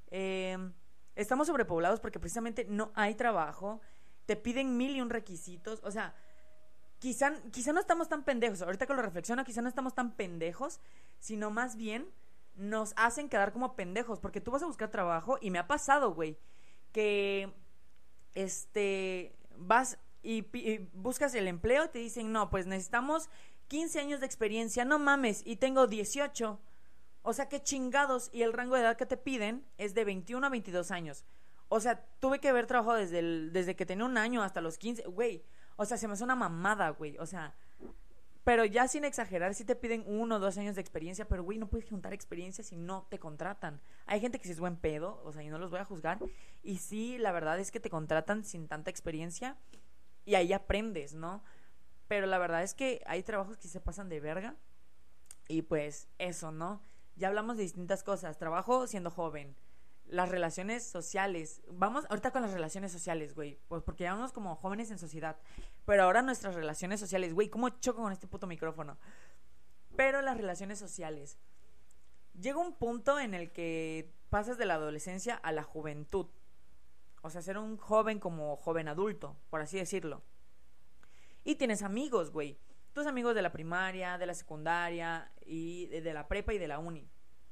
estamos sobrepoblados porque precisamente no hay trabajo, te piden 1000 y un requisitos, o sea, quizá no estamos tan pendejos, ahorita que lo reflexiono, quizá no estamos tan pendejos, sino más bien nos hacen quedar como pendejos, porque tú vas a buscar trabajo y me ha pasado, güey, que vas y buscas el empleo y te dicen, no, pues necesitamos 15 años de experiencia, no mames, y tengo 18. O sea, qué chingados. Y el rango de edad que te piden es de 21 a 22 años. O sea, tuve que haber trabajado desde que tenía un año hasta los 15. Güey, o sea, se me hace una mamada, güey. O sea, pero ya sin exagerar, sí te piden 1 o 2 años de experiencia. Pero, güey, no puedes juntar experiencia si no te contratan. Hay gente que sí es buen pedo, o sea, y no los voy a juzgar. Y sí, la verdad es que te contratan sin tanta experiencia. Y ahí aprendes, ¿no? Pero la verdad es que hay trabajos que se pasan de verga. Y pues, eso, ¿no? Ya hablamos de distintas cosas. Trabajo siendo joven. Las relaciones sociales. Vamos ahorita con las relaciones sociales, güey. Pues porque ya vamos como jóvenes en sociedad. Pero ahora nuestras relaciones sociales. Güey, ¿cómo choco con este puto micrófono? Pero las relaciones sociales. Llega un punto en el que pasas de la adolescencia a la juventud. O sea, ser un joven como joven adulto, por así decirlo. Y tienes amigos, güey. Tus amigos de la primaria, de la secundaria y de la prepa y de la uni.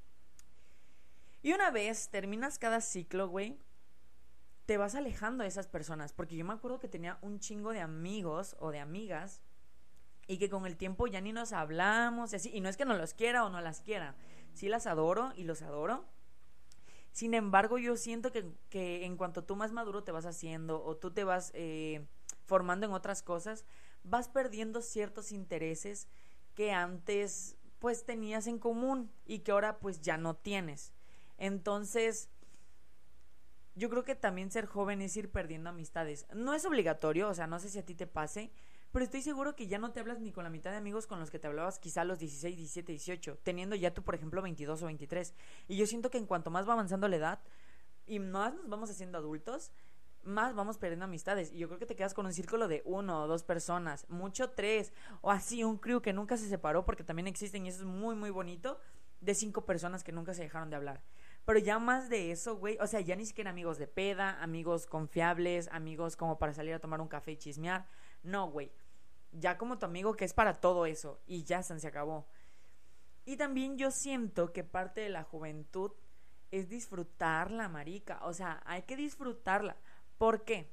Y una vez terminas cada ciclo, güey, te vas alejando de esas personas. Porque yo me acuerdo que tenía un chingo de amigos o de amigas y que con el tiempo ya ni nos hablamos y así. Y no es que no los quiera o no las quiera. Sí las adoro y los adoro. Sin embargo, yo siento que en cuanto tú más maduro te vas haciendo o tú te vas formando en otras cosas, vas perdiendo ciertos intereses que antes pues tenías en común y que ahora pues ya no tienes. Entonces, yo creo que también ser joven es ir perdiendo amistades. No es obligatorio, o sea, no sé si a ti te pase, pero estoy seguro que ya no te hablas ni con la mitad de amigos con los que te hablabas quizá a los 16, 17, 18, teniendo ya tú, por ejemplo, 22 o 23. Y yo siento que en cuanto más va avanzando la edad y más nos vamos haciendo adultos, más vamos perdiendo amistades. Y yo creo que te quedas con un círculo de 1 o 2 personas, mucho 3, o así un crew que nunca se separó, porque también existen, y eso es muy, muy bonito, de 5 personas que nunca se dejaron de hablar. Pero ya más de eso, güey, o sea, ya ni siquiera amigos de peda, amigos confiables, amigos como para salir a tomar un café y chismear. No, güey. Ya como tu amigo que es para todo eso. Y ya se acabó. Y también yo siento que parte de la juventud es disfrutarla, marica. O sea, hay que disfrutarla. ¿Por qué?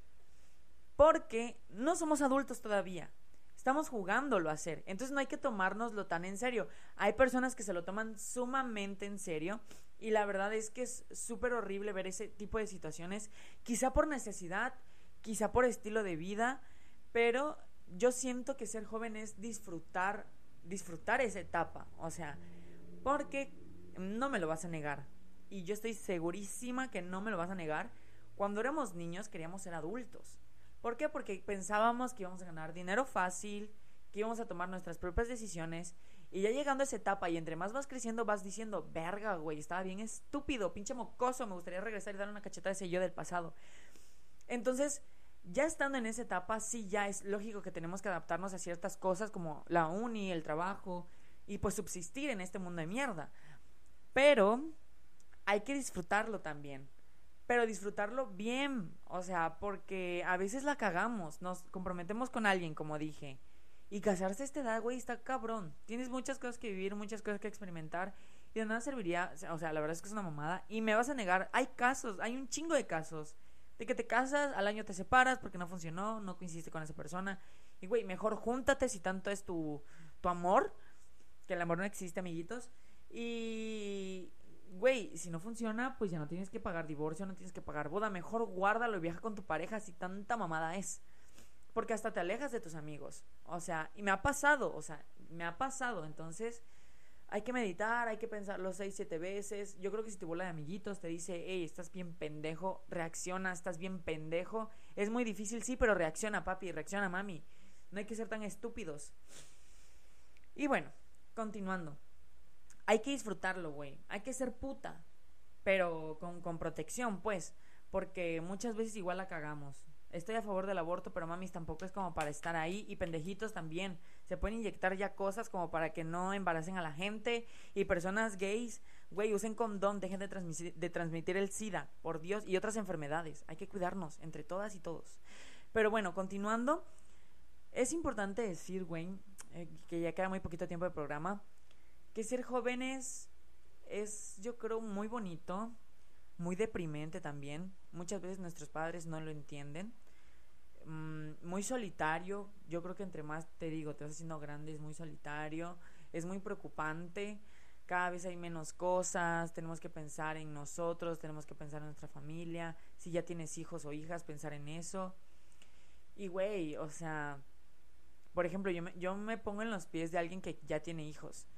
Porque no somos adultos todavía. Estamos jugándolo a hacer. Entonces no hay que tomárnoslo tan en serio. Hay personas que se lo toman sumamente en serio. Y la verdad es que es súper horrible ver ese tipo de situaciones. Quizá por necesidad, quizá por estilo de vida. Pero yo siento que ser joven es disfrutar esa etapa. O sea, porque no me lo vas a negar. Y yo estoy segurísima que no me lo vas a negar. Cuando éramos niños queríamos ser adultos. ¿Por qué? Porque pensábamos que íbamos a ganar dinero fácil, que íbamos a tomar nuestras propias decisiones. Y ya llegando a esa etapa y entre más vas creciendo vas diciendo, verga, güey, estaba bien estúpido, pinche mocoso, me gustaría regresar y darle una cachetada a ese yo del pasado. Entonces, ya estando en esa etapa, sí, ya es lógico que tenemos que adaptarnos a ciertas cosas como la uni, el trabajo y pues subsistir en este mundo de mierda. Pero hay que disfrutarlo también. Pero disfrutarlo bien, o sea, porque a veces la cagamos, nos comprometemos con alguien, como dije, y casarse a esta edad, güey, está cabrón. Tienes muchas cosas que vivir, muchas cosas que experimentar, y de nada serviría, o sea, la verdad es que es una mamada, y me vas a negar, hay casos, hay un chingo de casos, de que te casas, al año te separas porque no funcionó, no coincidiste con esa persona, y güey, mejor júntate si tanto es tu amor, que el amor no existe, amiguitos, y güey, si no funciona, pues ya no tienes que pagar divorcio, no tienes que pagar boda. Mejor guárdalo y viaja con tu pareja si tanta mamada es. Porque hasta te alejas de tus amigos. O sea, y me ha pasado, Entonces, hay que meditar, hay que pensarlo 6, 7 veces. Yo creo que si tu bola de amiguitos te dice, hey, estás bien pendejo, reacciona, estás bien pendejo. Es muy difícil, sí, pero reacciona, papi, reacciona, mami. No hay que ser tan estúpidos. Y bueno, continuando. Hay que disfrutarlo, güey. Hay que ser puta. Pero con protección, pues. Porque muchas veces igual la cagamos. Estoy a favor del aborto, pero mamis tampoco es como para estar ahí. Y pendejitos también. Se pueden inyectar ya cosas como para que no embaracen a la gente. Y personas gays, güey, usen condón. Dejen de transmitir el SIDA, por Dios. Y otras enfermedades. Hay que cuidarnos entre todas y todos. Pero bueno, continuando. Es importante decir, güey, que ya queda muy poquito tiempo de programa, que ser jóvenes es, yo creo, muy bonito, muy deprimente también. Muchas veces nuestros padres no lo entienden. Muy solitario. Yo creo que entre más, te digo, te vas haciendo grande, es muy solitario. Es muy preocupante. Cada vez hay menos cosas. Tenemos que pensar en nosotros, tenemos que pensar en nuestra familia. Si ya tienes hijos o hijas, pensar en eso. Y güey, o sea, por ejemplo, yo me pongo en los pies de alguien que ya tiene hijos.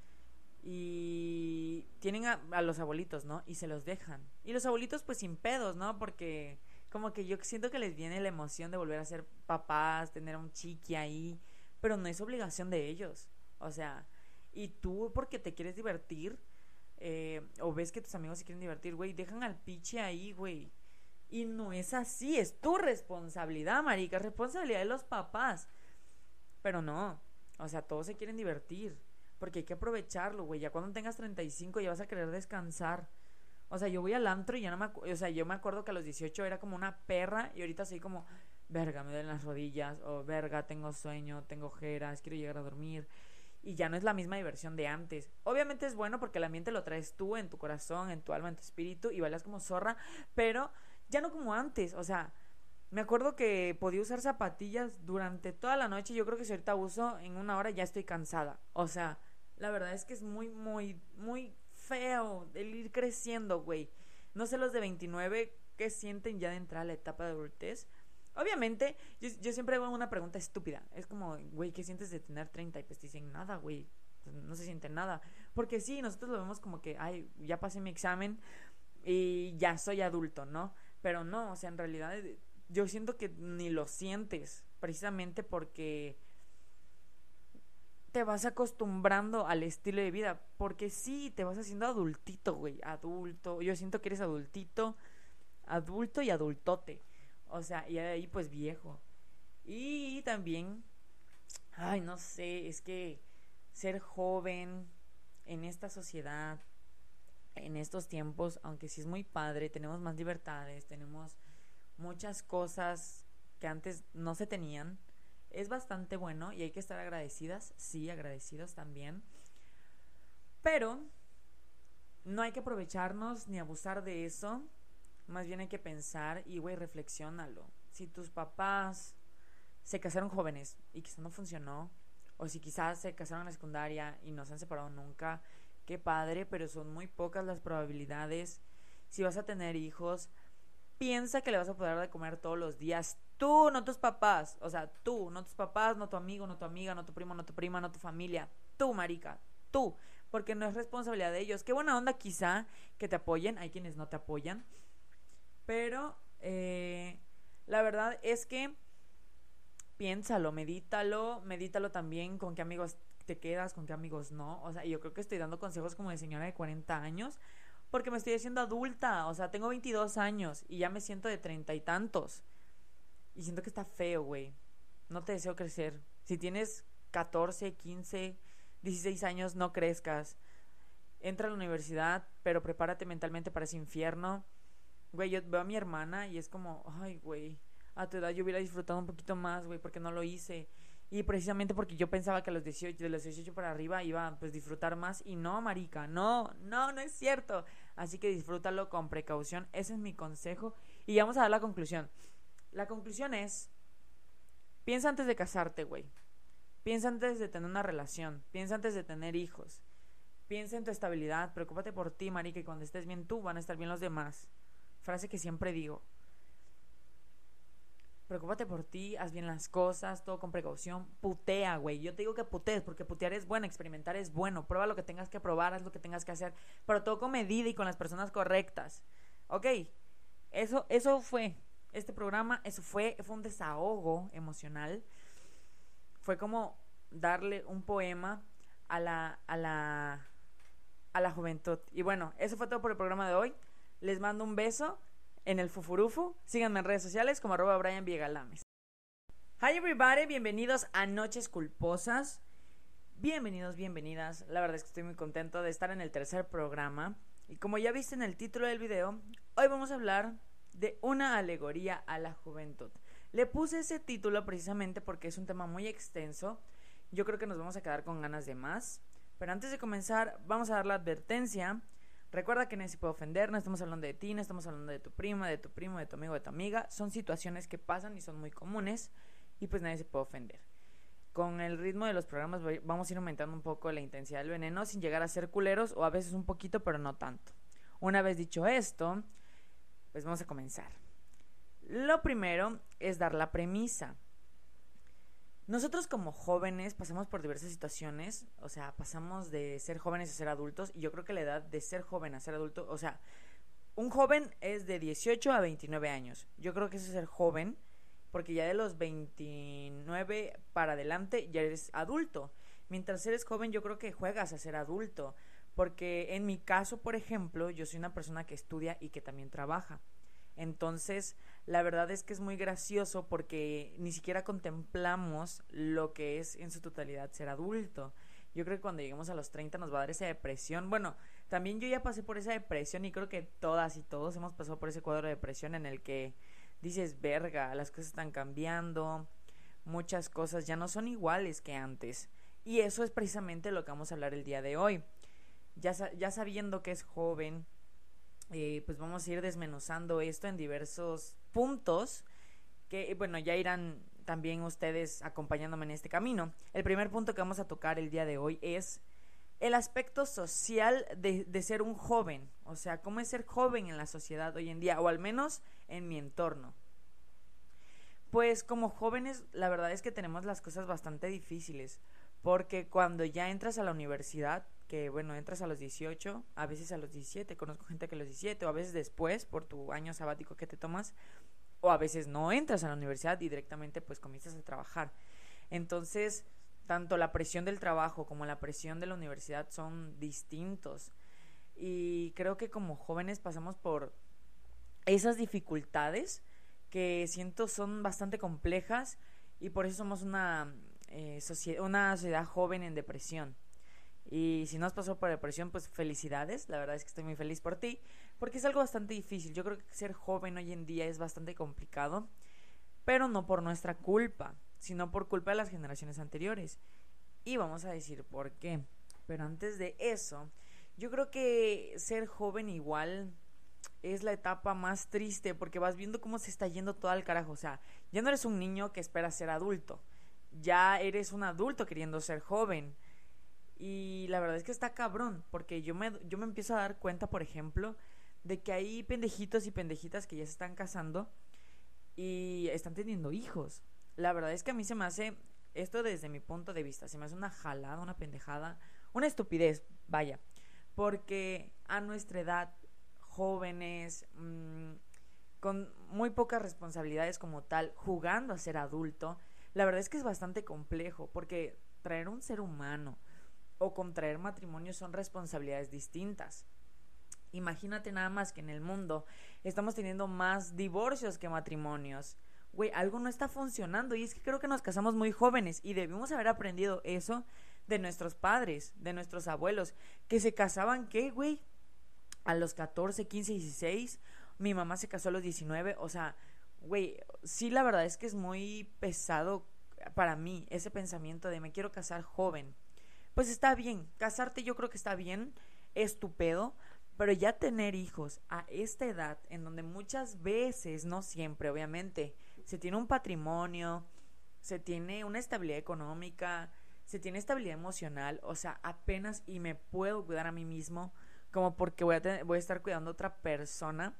Y tienen a los abuelitos, ¿no? Y se los dejan. Y los abuelitos pues sin pedos, ¿no? Porque como que yo siento que les viene la emoción de volver a ser papás, tener a un chiqui ahí. Pero no es obligación de ellos. O sea, y tú porque te quieres divertir, o ves que tus amigos se quieren divertir, güey, dejan al piche ahí, güey. Y no es así, es tu responsabilidad, marica, es responsabilidad de los papás. Pero no, o sea, todos se quieren divertir. Porque hay que aprovecharlo, güey. Ya cuando tengas 35 ya vas a querer descansar. O sea, yo voy al antro y ya no o sea, yo me acuerdo que a los 18 era como una perra y ahorita soy como, verga, me duelen las rodillas, o verga, tengo sueño, tengo ojeras, quiero llegar a dormir. Y ya no es la misma diversión de antes. Obviamente es bueno porque el ambiente lo traes tú en tu corazón, en tu alma, en tu espíritu y bailas como zorra, pero ya no como antes. O sea, me acuerdo que podía usar zapatillas durante toda la noche. Yo creo que si ahorita uso en una hora ya estoy cansada. O sea, la verdad es que es muy, muy, muy feo el ir creciendo, güey. No sé los de 29 qué sienten ya de entrar a la etapa de adultez. Obviamente, yo siempre hago una pregunta estúpida. Es como, güey, ¿qué sientes de tener 30? Y pues te dicen, nada, güey. Pues no se siente nada. Porque sí, nosotros lo vemos como que, ay, ya pasé mi examen y ya soy adulto, ¿no? Pero no, o sea, en realidad yo siento que ni lo sientes. Precisamente porque te vas acostumbrando al estilo de vida. Porque sí, te vas haciendo adultito, güey. Adulto. Yo siento que eres adultito, adulto y adultote. O sea, y ahí pues viejo. Y también, ay, no sé, es que ser joven en esta sociedad, en estos tiempos, aunque sí es muy padre, tenemos más libertades, tenemos muchas cosas que antes no se tenían. Es bastante bueno y hay que estar agradecidas, sí, agradecidos también. Pero no hay que aprovecharnos ni abusar de eso. Más bien hay que pensar y, güey, reflexiónalo. Si tus papás se casaron jóvenes y quizás no funcionó, o si quizás se casaron en la secundaria y no se han separado nunca, qué padre, pero son muy pocas las probabilidades. Si vas a tener hijos, piensa que le vas a poder dar de comer todos los días. Tú, no tus papás. O sea, tú, no tus papás, no tu amigo, no tu amiga, no tu primo, no tu prima, no tu familia. Tú, marica, tú. Porque no es responsabilidad de ellos. Qué buena onda quizá que te apoyen. Hay quienes no te apoyan. Pero la verdad es que piénsalo, medítalo también con qué amigos te quedas, con qué amigos no. O sea, yo creo que estoy dando consejos como de señora de 40 años porque me estoy haciendo adulta. O sea, tengo 22 años y ya me siento de 30 y tantos. Y siento que está feo, güey. No te deseo crecer. Si tienes 14, 15, 16 años, no crezcas. Entra a la universidad, pero prepárate mentalmente para ese infierno. Güey, yo veo a mi hermana y es como, ay, güey, a tu edad yo hubiera disfrutado un poquito más, güey, porque no lo hice. Y precisamente porque yo pensaba que a los 18, de los 18 para arriba iba pues disfrutar más y no, marica, no, no, no es cierto. Así que disfrútalo con precaución, ese es mi consejo y vamos a dar la conclusión. La conclusión es, piensa antes de casarte, güey. Piensa antes de tener una relación, piensa antes de tener hijos. Piensa en tu estabilidad, preocúpate por ti, marica, y cuando estés bien tú, van a estar bien los demás. Frase que siempre digo. Preocúpate por ti, haz bien las cosas, todo con precaución. Putea, güey. Yo te digo que putees, porque putear es bueno, experimentar es bueno. Prueba lo que tengas que probar, haz lo que tengas que hacer, pero todo con medida y con las personas correctas. Ok, eso fue este programa, eso fue un desahogo emocional. Fue como darle un poema a la juventud. Y bueno, eso fue todo por el programa de hoy. Les mando un beso en el fufurufu. Síganme en redes sociales como @BrianViegalames. Hi everybody, bienvenidos a Noches Culposas. Bienvenidos, bienvenidas. La verdad es que estoy muy contento de estar en el tercer programa. Y como ya viste en el título del video, hoy vamos a hablar de una alegoría a la juventud. Le puse ese título precisamente porque es un tema muy extenso. Yo creo que nos vamos a quedar con ganas de más. Pero antes de comenzar, vamos a dar la advertencia. Recuerda que nadie se puede ofender, no estamos hablando de ti, no estamos hablando de tu prima, de tu primo, de tu amigo, de tu amiga. Son situaciones que pasan y son muy comunes y pues nadie se puede ofender. Con el ritmo de los programas vamos a ir aumentando un poco la intensidad del veneno sin llegar a ser culeros o a veces un poquito, pero no tanto. Una vez dicho esto, pues vamos a comenzar. Lo primero es dar la premisa. Nosotros como jóvenes pasamos por diversas situaciones, o sea, pasamos de ser jóvenes a ser adultos y yo creo que la edad de ser joven a ser adulto, o sea, un joven es de 18 a 29 años. Yo creo que eso es ser joven, porque ya de los 29 para adelante ya eres adulto. Mientras eres joven yo creo que juegas a ser adulto, porque en mi caso, por ejemplo, yo soy una persona que estudia y que también trabaja. Entonces, la verdad es que es muy gracioso porque ni siquiera contemplamos lo que es en su totalidad ser adulto. Yo creo que cuando lleguemos a los 30 nos va a dar esa depresión. Bueno, También yo ya pasé por esa depresión y creo que todas y todos hemos pasado por ese cuadro de depresión en el que dices, verga, las cosas están cambiando, muchas cosas ya no son iguales que antes. Y eso es precisamente lo que vamos a hablar el día de hoy. Ya sabiendo que es joven, pues vamos a ir desmenuzando esto en diversos puntos que, bueno, ya irán también ustedes acompañándome en este camino. El primer punto que vamos a tocar el día de hoy es el aspecto social de ser un joven. O sea, cómo es ser joven en la sociedad hoy en día, o al menos en mi entorno. Pues como jóvenes, la verdad es que tenemos las cosas bastante difíciles, porque cuando ya entras a la universidad, que bueno, entras a los 18, a veces a los 17, conozco gente que a los 17, o a veces después, por tu año sabático que te tomas, o a veces no entras a la universidad y directamente pues comienzas a trabajar. Entonces, tanto la presión del trabajo como la presión de la universidad son distintos. Y creo que como jóvenes pasamos por esas dificultades que siento son bastante complejas y por eso somos una sociedad joven en depresión. Y si no has pasado por depresión, pues felicidades, la verdad es que estoy muy feliz por ti, porque es algo bastante difícil. Yo creo que ser joven hoy en día es bastante complicado, pero no por nuestra culpa, sino por culpa de las generaciones anteriores. Y vamos a decir por qué. Pero antes de eso, yo creo que ser joven igual es la etapa más triste porque vas viendo cómo se está yendo todo al carajo. O sea, ya no eres un niño que espera ser adulto, ya eres un adulto queriendo ser joven. Y la verdad es que está cabrón, porque yo me empiezo a dar cuenta, por ejemplo, de que hay pendejitos y pendejitas que ya se están casando y están teniendo hijos. La verdad es que a mí se me hace, esto desde mi punto de vista, se me hace una jalada, una pendejada, una estupidez, vaya. Porque a nuestra edad, jóvenes, con muy pocas responsabilidades como tal, jugando a ser adulto, la verdad es que es bastante complejo, porque traer un ser humano o contraer matrimonio son responsabilidades distintas. Imagínate nada más que en el mundo estamos teniendo más divorcios que matrimonios. Güey, algo no está funcionando y es que creo que nos casamos muy jóvenes y debimos haber aprendido eso de nuestros padres, de nuestros abuelos, que se casaban, ¿qué, güey? A los 14, 15, 16. Mi mamá se casó a los 19. O sea, güey, sí, la verdad es que es muy pesado para mí ese pensamiento de me quiero casar joven. Pues está bien, casarte yo creo que está bien, es tu pedo, pero ya tener hijos a esta edad, en donde muchas veces, no siempre obviamente, se tiene un patrimonio, se tiene una estabilidad económica, se tiene estabilidad emocional, o sea, apenas y me puedo cuidar a mí mismo, como porque voy a estar cuidando a otra persona.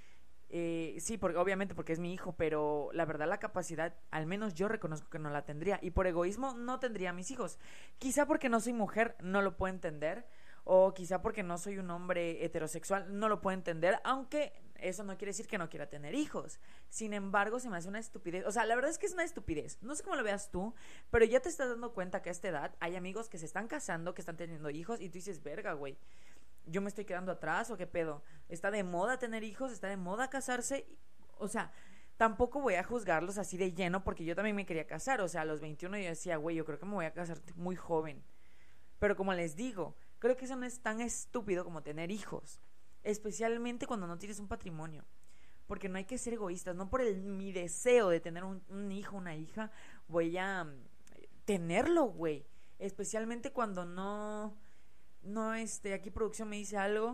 Sí, porque obviamente porque es mi hijo, pero la verdad la capacidad, al menos yo reconozco que no la tendría. Y por egoísmo no tendría a mis hijos. Quizá porque no soy mujer, no lo puedo entender. O quizá porque no soy un hombre heterosexual, no lo puedo entender. Aunque eso no quiere decir que no quiera tener hijos. Sin embargo, se me hace una estupidez. O sea, la verdad es que es una estupidez. No sé cómo lo veas tú, pero ya te estás dando cuenta que a esta edad hay amigos que se están casando, que están teniendo hijos. Y tú dices, verga, güey, ¿yo me estoy quedando atrás o qué pedo? ¿Está de moda tener hijos? ¿Está de moda casarse? O sea, tampoco voy a juzgarlos así de lleno porque yo también me quería casar. O sea, a los 21 yo decía, güey, yo creo que me voy a casar muy joven. Pero como les digo, creo que eso no es tan estúpido como tener hijos. Especialmente cuando no tienes un patrimonio. Porque no hay que ser egoístas. No por mi deseo de tener un hijo, una hija, voy a tenerlo, güey. Especialmente cuando no... No, aquí producción me dice algo.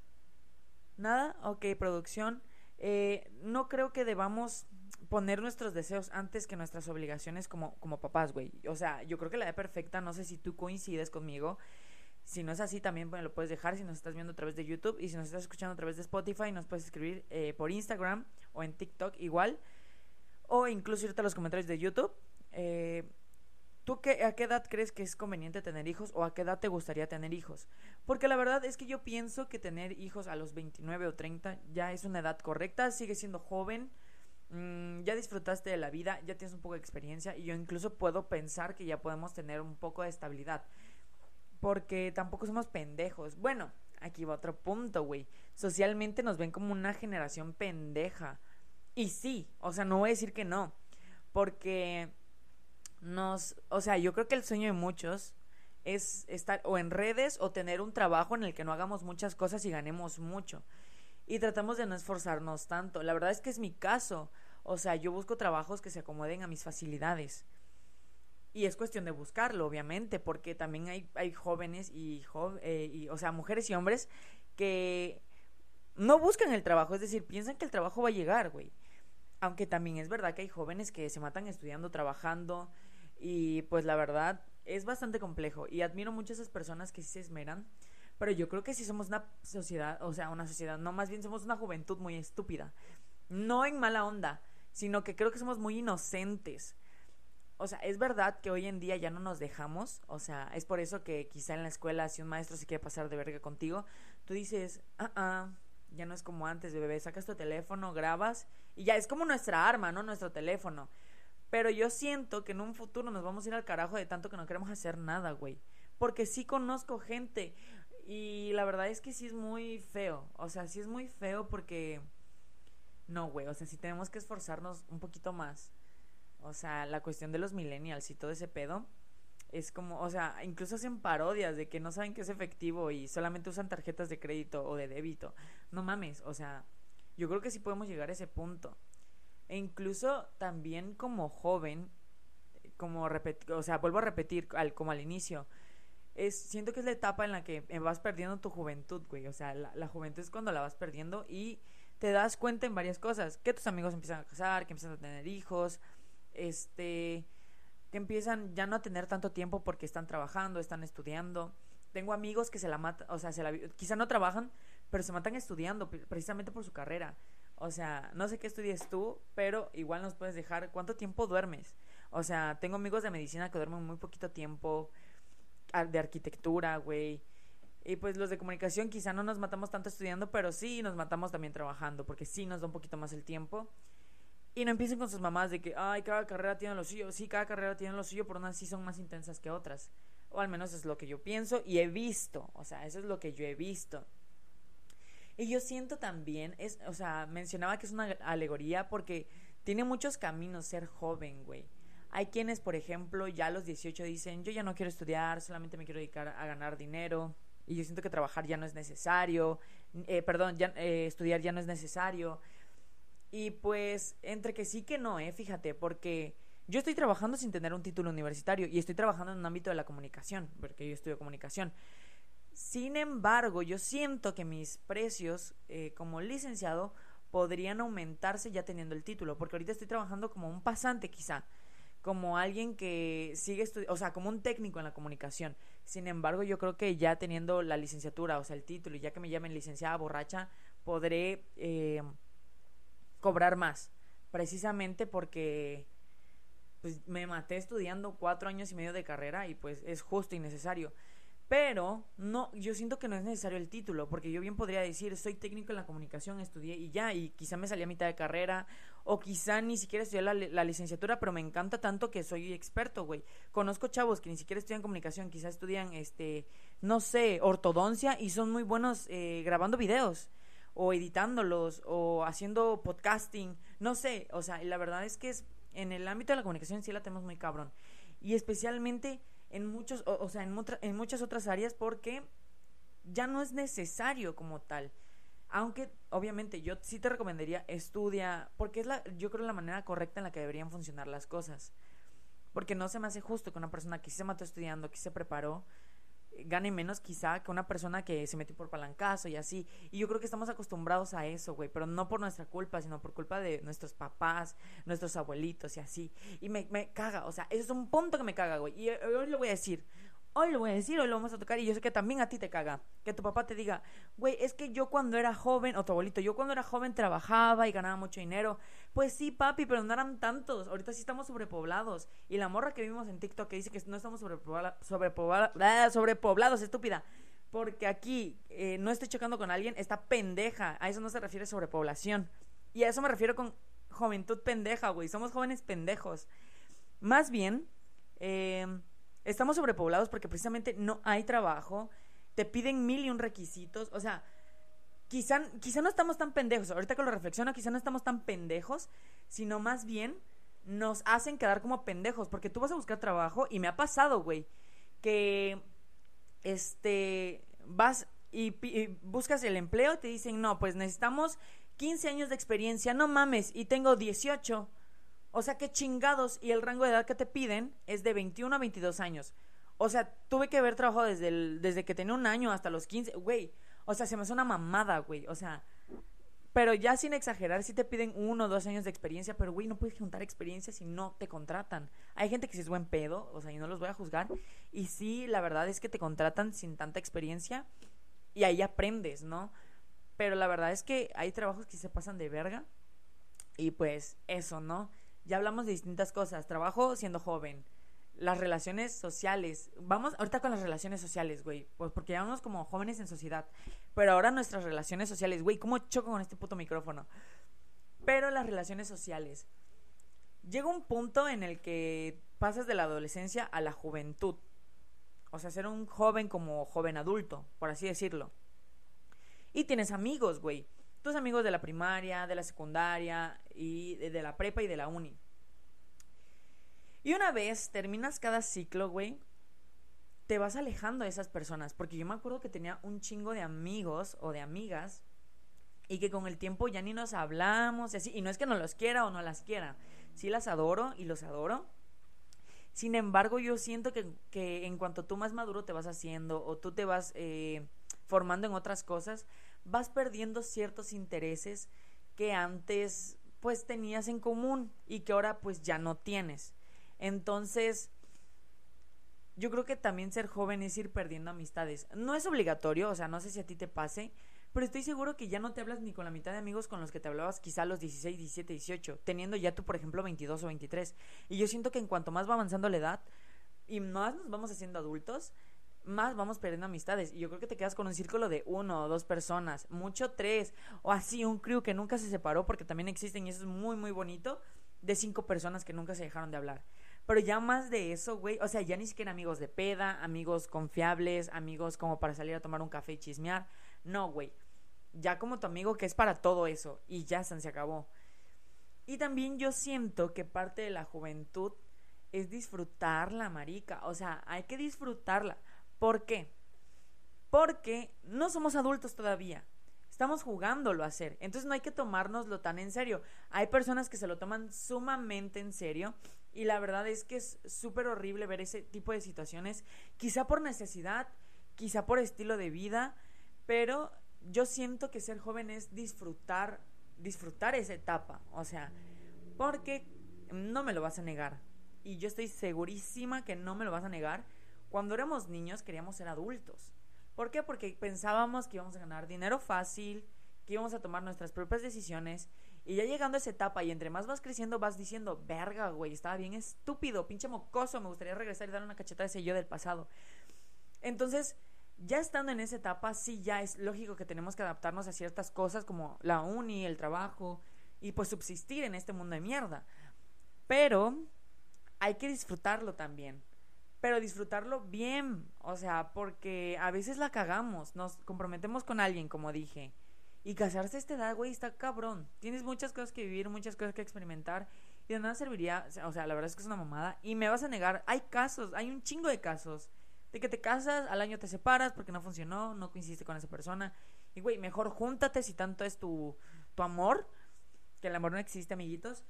Nada, ok, producción. No creo que debamos poner nuestros deseos antes que nuestras obligaciones como papás, güey. O sea, yo creo que la edad perfecta, no sé si tú coincides conmigo. Si no es así, también me lo puedes dejar si nos estás viendo a través de YouTube. Y si nos estás escuchando a través de Spotify, nos puedes escribir por Instagram o en TikTok igual. O incluso irte a los comentarios de YouTube. ¿Tú a qué edad crees que es conveniente tener hijos o a qué edad te gustaría tener hijos? Porque la verdad es que yo pienso que tener hijos a los 29 o 30 ya es una edad correcta, sigues siendo joven, ya disfrutaste de la vida, ya tienes un poco de experiencia y yo incluso puedo pensar que ya podemos tener un poco de estabilidad. Porque tampoco somos pendejos. Bueno, aquí va otro punto, güey. Socialmente nos ven como una generación pendeja. Y sí, o sea, no voy a decir que no. Porque o sea, yo creo que el sueño de muchos es estar o en redes o tener un trabajo en el que no hagamos muchas cosas y ganemos mucho. Y tratamos de no esforzarnos tanto. La verdad es que es mi caso. O sea, yo busco trabajos que se acomoden a mis facilidades. Y es cuestión de buscarlo, obviamente, porque también hay jóvenes o sea, mujeres y hombres que no buscan el trabajo, es decir, piensan que el trabajo va a llegar, güey. Aunque también es verdad que hay jóvenes que se matan estudiando, trabajando, y pues la verdad es bastante complejo. Y admiro mucho a esas personas que sí se esmeran, pero yo creo que sí somos una sociedad, o sea, una sociedad, no, más bien somos una juventud muy estúpida. No en mala onda, sino que creo que somos muy inocentes. O sea, es verdad que hoy en día ya no nos dejamos. O sea, es por eso que quizá en la escuela, si un maestro se quiere pasar de verga contigo, tú dices, ya no es como antes, bebé. Sacas tu teléfono, grabas y ya es como nuestra arma, ¿no? Nuestro teléfono. Pero yo siento que en un futuro nos vamos a ir al carajo de tanto que no queremos hacer nada, güey. Porque sí conozco gente y la verdad es que sí es muy feo. O sea, sí es muy feo porque... No, güey, o sea, sí tenemos que esforzarnos un poquito más. O sea, la cuestión de los millennials y todo ese pedo es como, o sea, incluso hacen parodias de que no saben qué es efectivo y solamente usan tarjetas de crédito o de débito. No mames, o sea, yo creo que sí podemos llegar a ese punto. E incluso también como joven, o sea, vuelvo a repetir como al inicio, siento que es la etapa en la que vas perdiendo tu juventud, güey. O sea, la juventud es cuando la vas perdiendo y te das cuenta en varias cosas. Que tus amigos empiezan a casar, que empiezan a tener hijos, que empiezan ya no a tener tanto tiempo porque están trabajando, están estudiando. Tengo amigos que se la matan, o sea, quizá no trabajan, pero se matan estudiando precisamente por su carrera. O sea, no sé qué estudies tú, pero igual nos puedes dejar cuánto tiempo duermes. O sea, tengo amigos de medicina que duermen muy poquito tiempo, de arquitectura, güey. Y pues los de comunicación quizá no nos matamos tanto estudiando, pero sí nos matamos también trabajando, porque sí nos da un poquito más el tiempo. Y no empiecen con sus mamás de que, ay, cada carrera tiene lo suyo. Sí, cada carrera tiene lo suyo, pero unas sí son más intensas que otras. O al menos es lo que yo pienso y he visto. O sea, eso es lo que yo he visto. Y yo siento también, o sea, mencionaba que es una alegoría porque tiene muchos caminos ser joven, güey. Hay quienes, por ejemplo, ya a los 18 dicen, yo ya no quiero estudiar, solamente me quiero dedicar a ganar dinero. Y yo siento que trabajar ya no es necesario. Estudiar ya no es necesario. Y pues, entre que sí que no, fíjate, porque yo estoy trabajando sin tener un título universitario y estoy trabajando en un ámbito de la comunicación, porque yo estudio comunicación. Sin embargo, yo siento que mis precios como licenciado podrían aumentarse ya teniendo el título, porque ahorita estoy trabajando como un pasante quizá, como alguien que sigue estudiando, o sea, como un técnico en la comunicación. Sin embargo, yo creo que ya teniendo la licenciatura, o sea, el título, y ya que me llamen licenciada borracha, podré cobrar más, precisamente porque pues me maté estudiando 4 años y medio de carrera y pues es justo y necesario. Pero no, yo siento que no es necesario el título, porque yo bien podría decir, soy técnico en la comunicación, estudié y ya, y quizá me salí a mitad de carrera, o quizá ni siquiera estudié la licenciatura, pero me encanta tanto que soy experto, güey. Conozco chavos que ni siquiera estudian comunicación, quizá estudian, no sé, ortodoncia y son muy buenos grabando videos, o editándolos, o haciendo podcasting, no sé, o sea, la verdad es que en el ámbito de la comunicación sí la tenemos muy cabrón, y especialmente en muchos, o sea, en muchas otras áreas, porque ya no es necesario como tal. Aunque obviamente yo sí te recomendaría estudia, porque yo creo la manera correcta en la que deberían funcionar las cosas. Porque no se me hace justo que una persona que se mató estudiando, que se preparó, gane menos quizá que una persona que se metió por palancazo y así. Y yo creo que estamos acostumbrados a eso, güey, pero no por nuestra culpa, sino por culpa de nuestros papás, nuestros abuelitos y así. Y me caga, o sea, eso es un punto que me caga, güey. Y hoy lo voy a decir. Hoy lo voy a decir, hoy lo vamos a tocar y yo sé que también a ti te caga. Que tu papá te diga, güey, es que yo cuando era joven, o tu abuelito, yo cuando era joven trabajaba y ganaba mucho dinero. Pues sí, papi, pero no eran tantos. Ahorita sí estamos sobrepoblados. Y la morra que vimos en TikTok que dice que no estamos sobrepoblados, estúpida. Porque aquí no estoy chocando con alguien, está pendeja. A eso no se refiere sobrepoblación. Y a eso me refiero con juventud pendeja, güey. Somos jóvenes pendejos. Más bien, estamos sobrepoblados porque precisamente no hay trabajo, te piden 1001 requisitos, o sea, quizá no estamos tan pendejos, ahorita que lo reflexiono, quizá no estamos tan pendejos, sino más bien nos hacen quedar como pendejos, porque tú vas a buscar trabajo y me ha pasado, güey, que vas y buscas el empleo, te dicen, no, pues necesitamos 15 años de experiencia, no mames, y tengo 18. O sea, qué chingados, y el rango de edad que te piden es de 21 a 22 años. O sea, tuve que haber trabajado desde que tenía un año hasta los 15, güey. O sea, se me hace una mamada, güey. O sea, pero ya sin exagerar, sí te piden 1 o 2 años de experiencia, pero güey, no puedes juntar experiencia si no te contratan. Hay gente que sí es buen pedo, o sea, y no los voy a juzgar. Y sí, la verdad es que te contratan sin tanta experiencia y ahí aprendes, ¿no? Pero la verdad es que hay trabajos que se pasan de verga y pues eso, ¿no? Ya hablamos de distintas cosas. Trabajo siendo joven. Las relaciones sociales. Vamos ahorita con las relaciones sociales, güey. Pues porque ya vamos como jóvenes en sociedad. Pero ahora nuestras relaciones sociales, güey. ¿Cómo choco con este puto micrófono? Pero las relaciones sociales. Llega un punto en el que pasas de la adolescencia a la juventud. O sea, ser un joven como joven adulto, por así decirlo. Y tienes amigos, güey. Tus amigos de la primaria, de la secundaria y de la prepa y de la uni. Y una vez terminas cada ciclo, güey, te vas alejando de esas personas. Porque yo me acuerdo que tenía un chingo de amigos o de amigas y que con el tiempo ya ni nos hablamos y así. Y no es que no los quiera o no las quiera. Sí las adoro y los adoro. Sin embargo, yo siento que en cuanto tú más maduro te vas haciendo o tú te vas formando en otras cosas, vas perdiendo ciertos intereses que antes pues tenías en común y que ahora pues ya no tienes. Entonces, yo creo que también ser joven es ir perdiendo amistades. No es obligatorio, o sea, no sé si a ti te pase, pero estoy seguro que ya no te hablas ni con la mitad de amigos con los que te hablabas quizá a los 16, 17, 18, teniendo ya tú, por ejemplo, 22 o 23. Y yo siento que en cuanto más va avanzando la edad y más nos vamos haciendo adultos, más vamos perdiendo amistades. Y yo creo que te quedas con un círculo de 1 o 2 personas, mucho 3, o así un crew que nunca se separó, porque también existen y eso es muy, muy bonito, de 5 personas que nunca se dejaron de hablar. Pero ya más de eso, güey, o sea, ya ni siquiera amigos de peda, amigos confiables, amigos como para salir a tomar un café y chismear. No, güey. Ya como tu amigo que es para todo eso y ya se acabó. Y también yo siento que parte de la juventud es disfrutarla, marica. O sea, hay que disfrutarla. ¿Por qué? Porque no somos adultos todavía. Estamos jugándolo a hacer. Entonces no hay que tomárnoslo tan en serio. Hay personas que se lo toman sumamente en serio. Y la verdad es que es súper horrible ver ese tipo de situaciones. Quizá por necesidad, quizá por estilo de vida. Pero yo siento que ser joven es disfrutar esa etapa. O sea, porque no me lo vas a negar. Y yo estoy segurísima que no me lo vas a negar. Cuando éramos niños queríamos ser adultos. ¿Por qué? Porque pensábamos que íbamos a ganar dinero fácil, que íbamos a tomar nuestras propias decisiones. Y ya llegando a esa etapa y entre más vas creciendo vas diciendo, verga, güey, estaba bien estúpido, pinche mocoso, me gustaría regresar y darle una cachetada a ese yo del pasado. Entonces, ya estando en esa etapa, sí, ya es lógico que tenemos que adaptarnos a ciertas cosas como la uni, el trabajo y pues subsistir en este mundo de mierda. Pero hay que disfrutarlo también. Pero disfrutarlo bien, o sea, porque a veces la cagamos, nos comprometemos con alguien, como dije, y casarse a esta edad, güey, está cabrón. Tienes muchas cosas que vivir, muchas cosas que experimentar, y de nada serviría, o sea, la verdad es que es una mamada, y me vas a negar, hay casos, hay un chingo de casos, de que te casas, al año te separas porque no funcionó, no coincidiste con esa persona, y güey, mejor júntate si tanto es tu amor, que el amor no existe, amiguitos,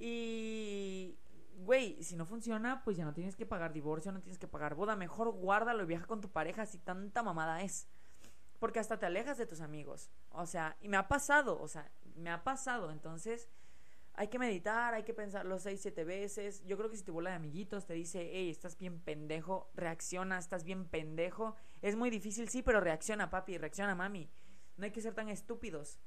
y güey, si no funciona, pues ya no tienes que pagar divorcio, no tienes que pagar boda. Mejor guárdalo y viaja con tu pareja si tanta mamada es. Porque hasta te alejas de tus amigos. O sea, y me ha pasado, o sea, me ha pasado. Entonces, hay que meditar, hay que pensarlo 6, 7 veces. Yo creo que si tu bola de amiguitos te dice, hey, estás bien pendejo, reacciona, estás bien pendejo. Es muy difícil, sí, pero reacciona, papi, reacciona, mami. No hay que ser tan estúpidos.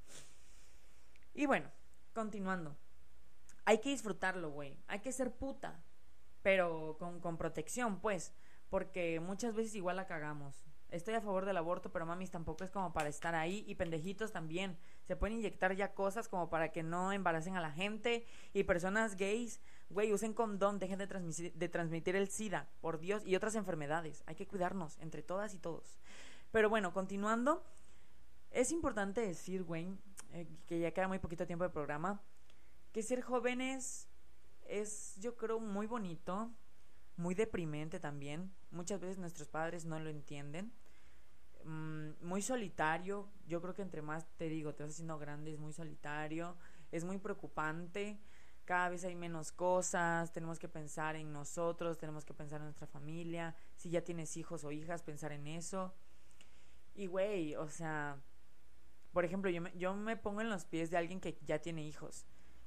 Y bueno, continuando. Hay que disfrutarlo, güey. Hay que ser puta. Pero con protección, pues. Porque muchas veces igual la cagamos. Estoy a favor del aborto, pero mamis tampoco es como para estar ahí. Y pendejitos también. Se pueden inyectar ya cosas como para que no embaracen a la gente. Y personas gays, güey, usen condón. Dejen de transmitir el SIDA, por Dios. Y otras enfermedades. Hay que cuidarnos entre todas y todos. Pero bueno, continuando. Es importante decir, güey, que ya queda muy poquito tiempo de programa, que ser jóvenes es, yo creo, muy bonito, muy deprimente también. Muchas veces nuestros padres no lo entienden. Muy solitario. Yo creo que entre más te digo, te vas haciendo grande, es muy solitario. Es muy preocupante. Cada vez hay menos cosas. Tenemos que pensar en nosotros, tenemos que pensar en nuestra familia. Si ya tienes hijos o hijas, pensar en eso. Y güey, o sea, por ejemplo, yo me pongo en los pies de alguien que ya tiene hijos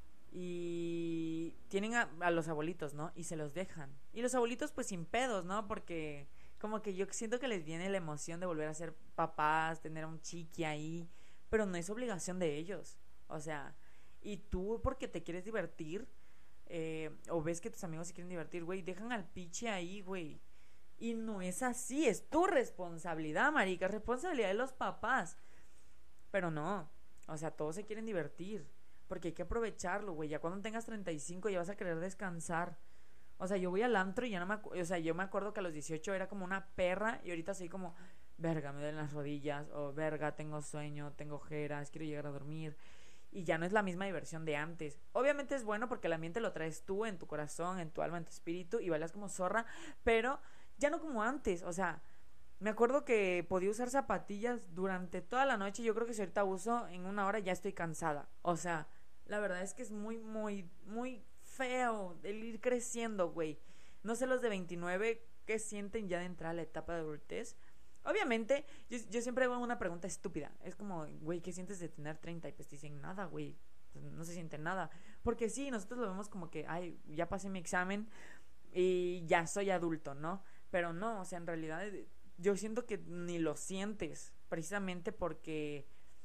y tienen a los abuelitos, ¿no? Y se los dejan. Y los abuelitos pues sin pedos, ¿no? Porque como que yo siento que les viene la emoción de volver a ser papás, tener a un chiqui ahí, pero no es obligación de ellos. O sea, y tú porque te quieres divertir, o ves que tus amigos se quieren divertir, güey, dejan al piche ahí, güey. Y no es así, es tu responsabilidad, marica, es responsabilidad de los papás. Pero no, o sea, todos se quieren divertir. Porque hay que aprovecharlo, güey. Ya cuando tengas 35 ya vas a querer descansar. O sea, yo voy al antro y ya no me acuerdo. O sea, yo me acuerdo que a los 18 era como una perra. Y ahorita soy como, verga, me duelen las rodillas. O verga, tengo sueño, tengo ojeras, quiero llegar a dormir. Y ya no es la misma diversión de antes. Obviamente es bueno porque el ambiente lo traes tú en tu corazón, en tu alma, en tu espíritu. Y bailas como zorra. Pero ya no como antes. O sea, me acuerdo que podía usar zapatillas durante toda la noche. Yo creo que si ahorita uso en una hora ya estoy cansada. O sea, la verdad es que es muy, muy, muy feo el ir creciendo, güey. No sé los de 29 qué sienten ya de entrar a la etapa de adultez. Obviamente, yo siempre hago una pregunta estúpida. Es como, güey, ¿qué sientes de tener 30? Y pues te dicen, nada, güey. Pues no se siente nada. Porque sí, nosotros lo vemos como que, ay, ya pasé mi examen y ya soy adulto, ¿no? Pero no, o sea, en realidad yo siento que ni lo sientes. Precisamente porque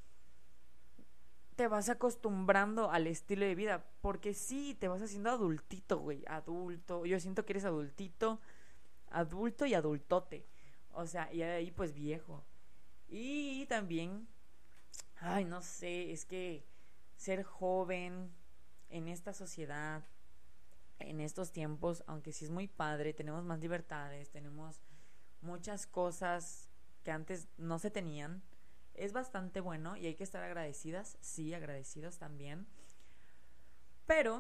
te vas acostumbrando al estilo de vida. Porque sí, te vas haciendo adultito, güey. Adulto. Yo siento que eres adultito, adulto y adultote. O sea, y ahí pues viejo. Y también, ay, no sé, es que ser joven en esta sociedad, en estos tiempos, aunque sí es muy padre, tenemos más libertades, tenemos muchas cosas que antes no se tenían. Es bastante bueno y hay que estar agradecidas, sí, agradecidos también. Pero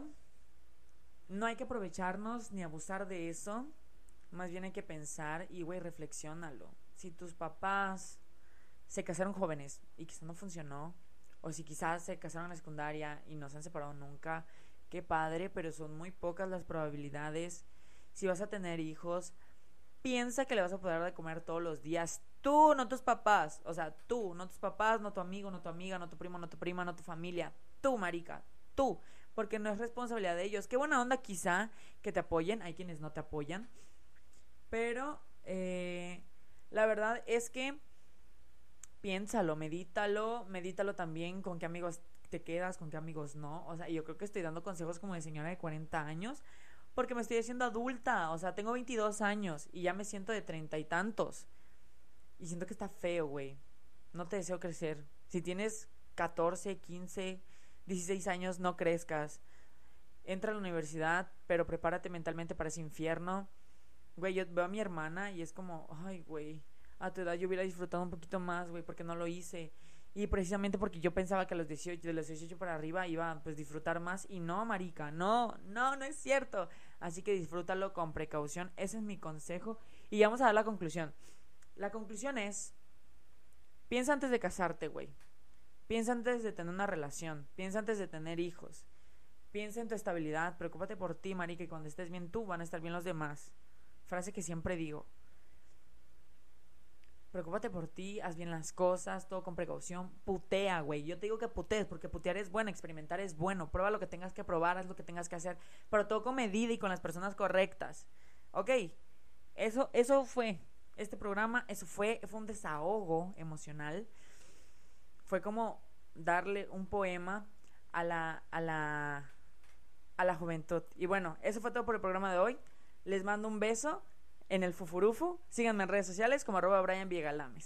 no hay que aprovecharnos ni abusar de eso. Más bien hay que pensar y, güey, reflexiónalo. Si tus papás se casaron jóvenes y quizás no funcionó, o si quizás se casaron en la secundaria y no se han separado nunca, qué padre, pero son muy pocas las probabilidades. Si vas a tener hijos, piensa que le vas a poder dar de comer todos los días. Tú, no tus papás. O sea, tú, no tus papás, no tu amigo, no tu amiga, no tu primo, no tu prima, no tu familia. Tú, marica, tú. Porque no es responsabilidad de ellos. Qué buena onda quizá que te apoyen. Hay quienes no te apoyan. Pero la verdad es que piénsalo, medítalo también con qué amigos te quedas, con qué amigos no. O sea, yo creo que estoy dando consejos como de señora de 40 años porque me estoy haciendo adulta. O sea, tengo 22 años y ya me siento de 30 y tantos. Y siento que está feo, güey. No te deseo crecer. Si tienes 14, 15, 16 años, no crezcas. Entra a la universidad, pero prepárate mentalmente para ese infierno. Güey, yo veo a mi hermana y es como, ay, güey, a tu edad yo hubiera disfrutado un poquito más, güey, porque no lo hice. Y precisamente porque yo pensaba que a los 18, de los 18 para arriba iba a pues disfrutar más. Y no, marica, no es cierto. Así que disfrútalo con precaución. Ese es mi consejo. Y vamos a dar la conclusión. La conclusión es, piensa antes de casarte, güey. Piensa antes de tener una relación. Piensa antes de tener hijos. Piensa en tu estabilidad. Preocúpate por ti, marica, y cuando estés bien tú, van a estar bien los demás. Frase que siempre digo. Preocúpate por ti, haz bien las cosas, todo con precaución. Putea, güey. Yo te digo que putees, porque putear es bueno, experimentar es bueno. Prueba lo que tengas que probar, haz lo que tengas que hacer, pero todo con medida y con las personas correctas. Ok, eso fue este programa, fue un desahogo emocional. Fue como darle un poema a la juventud. Y bueno, eso fue todo por el programa de hoy. Les mando un beso en el fufurufu. Síganme en redes sociales como @BrianVillagalames.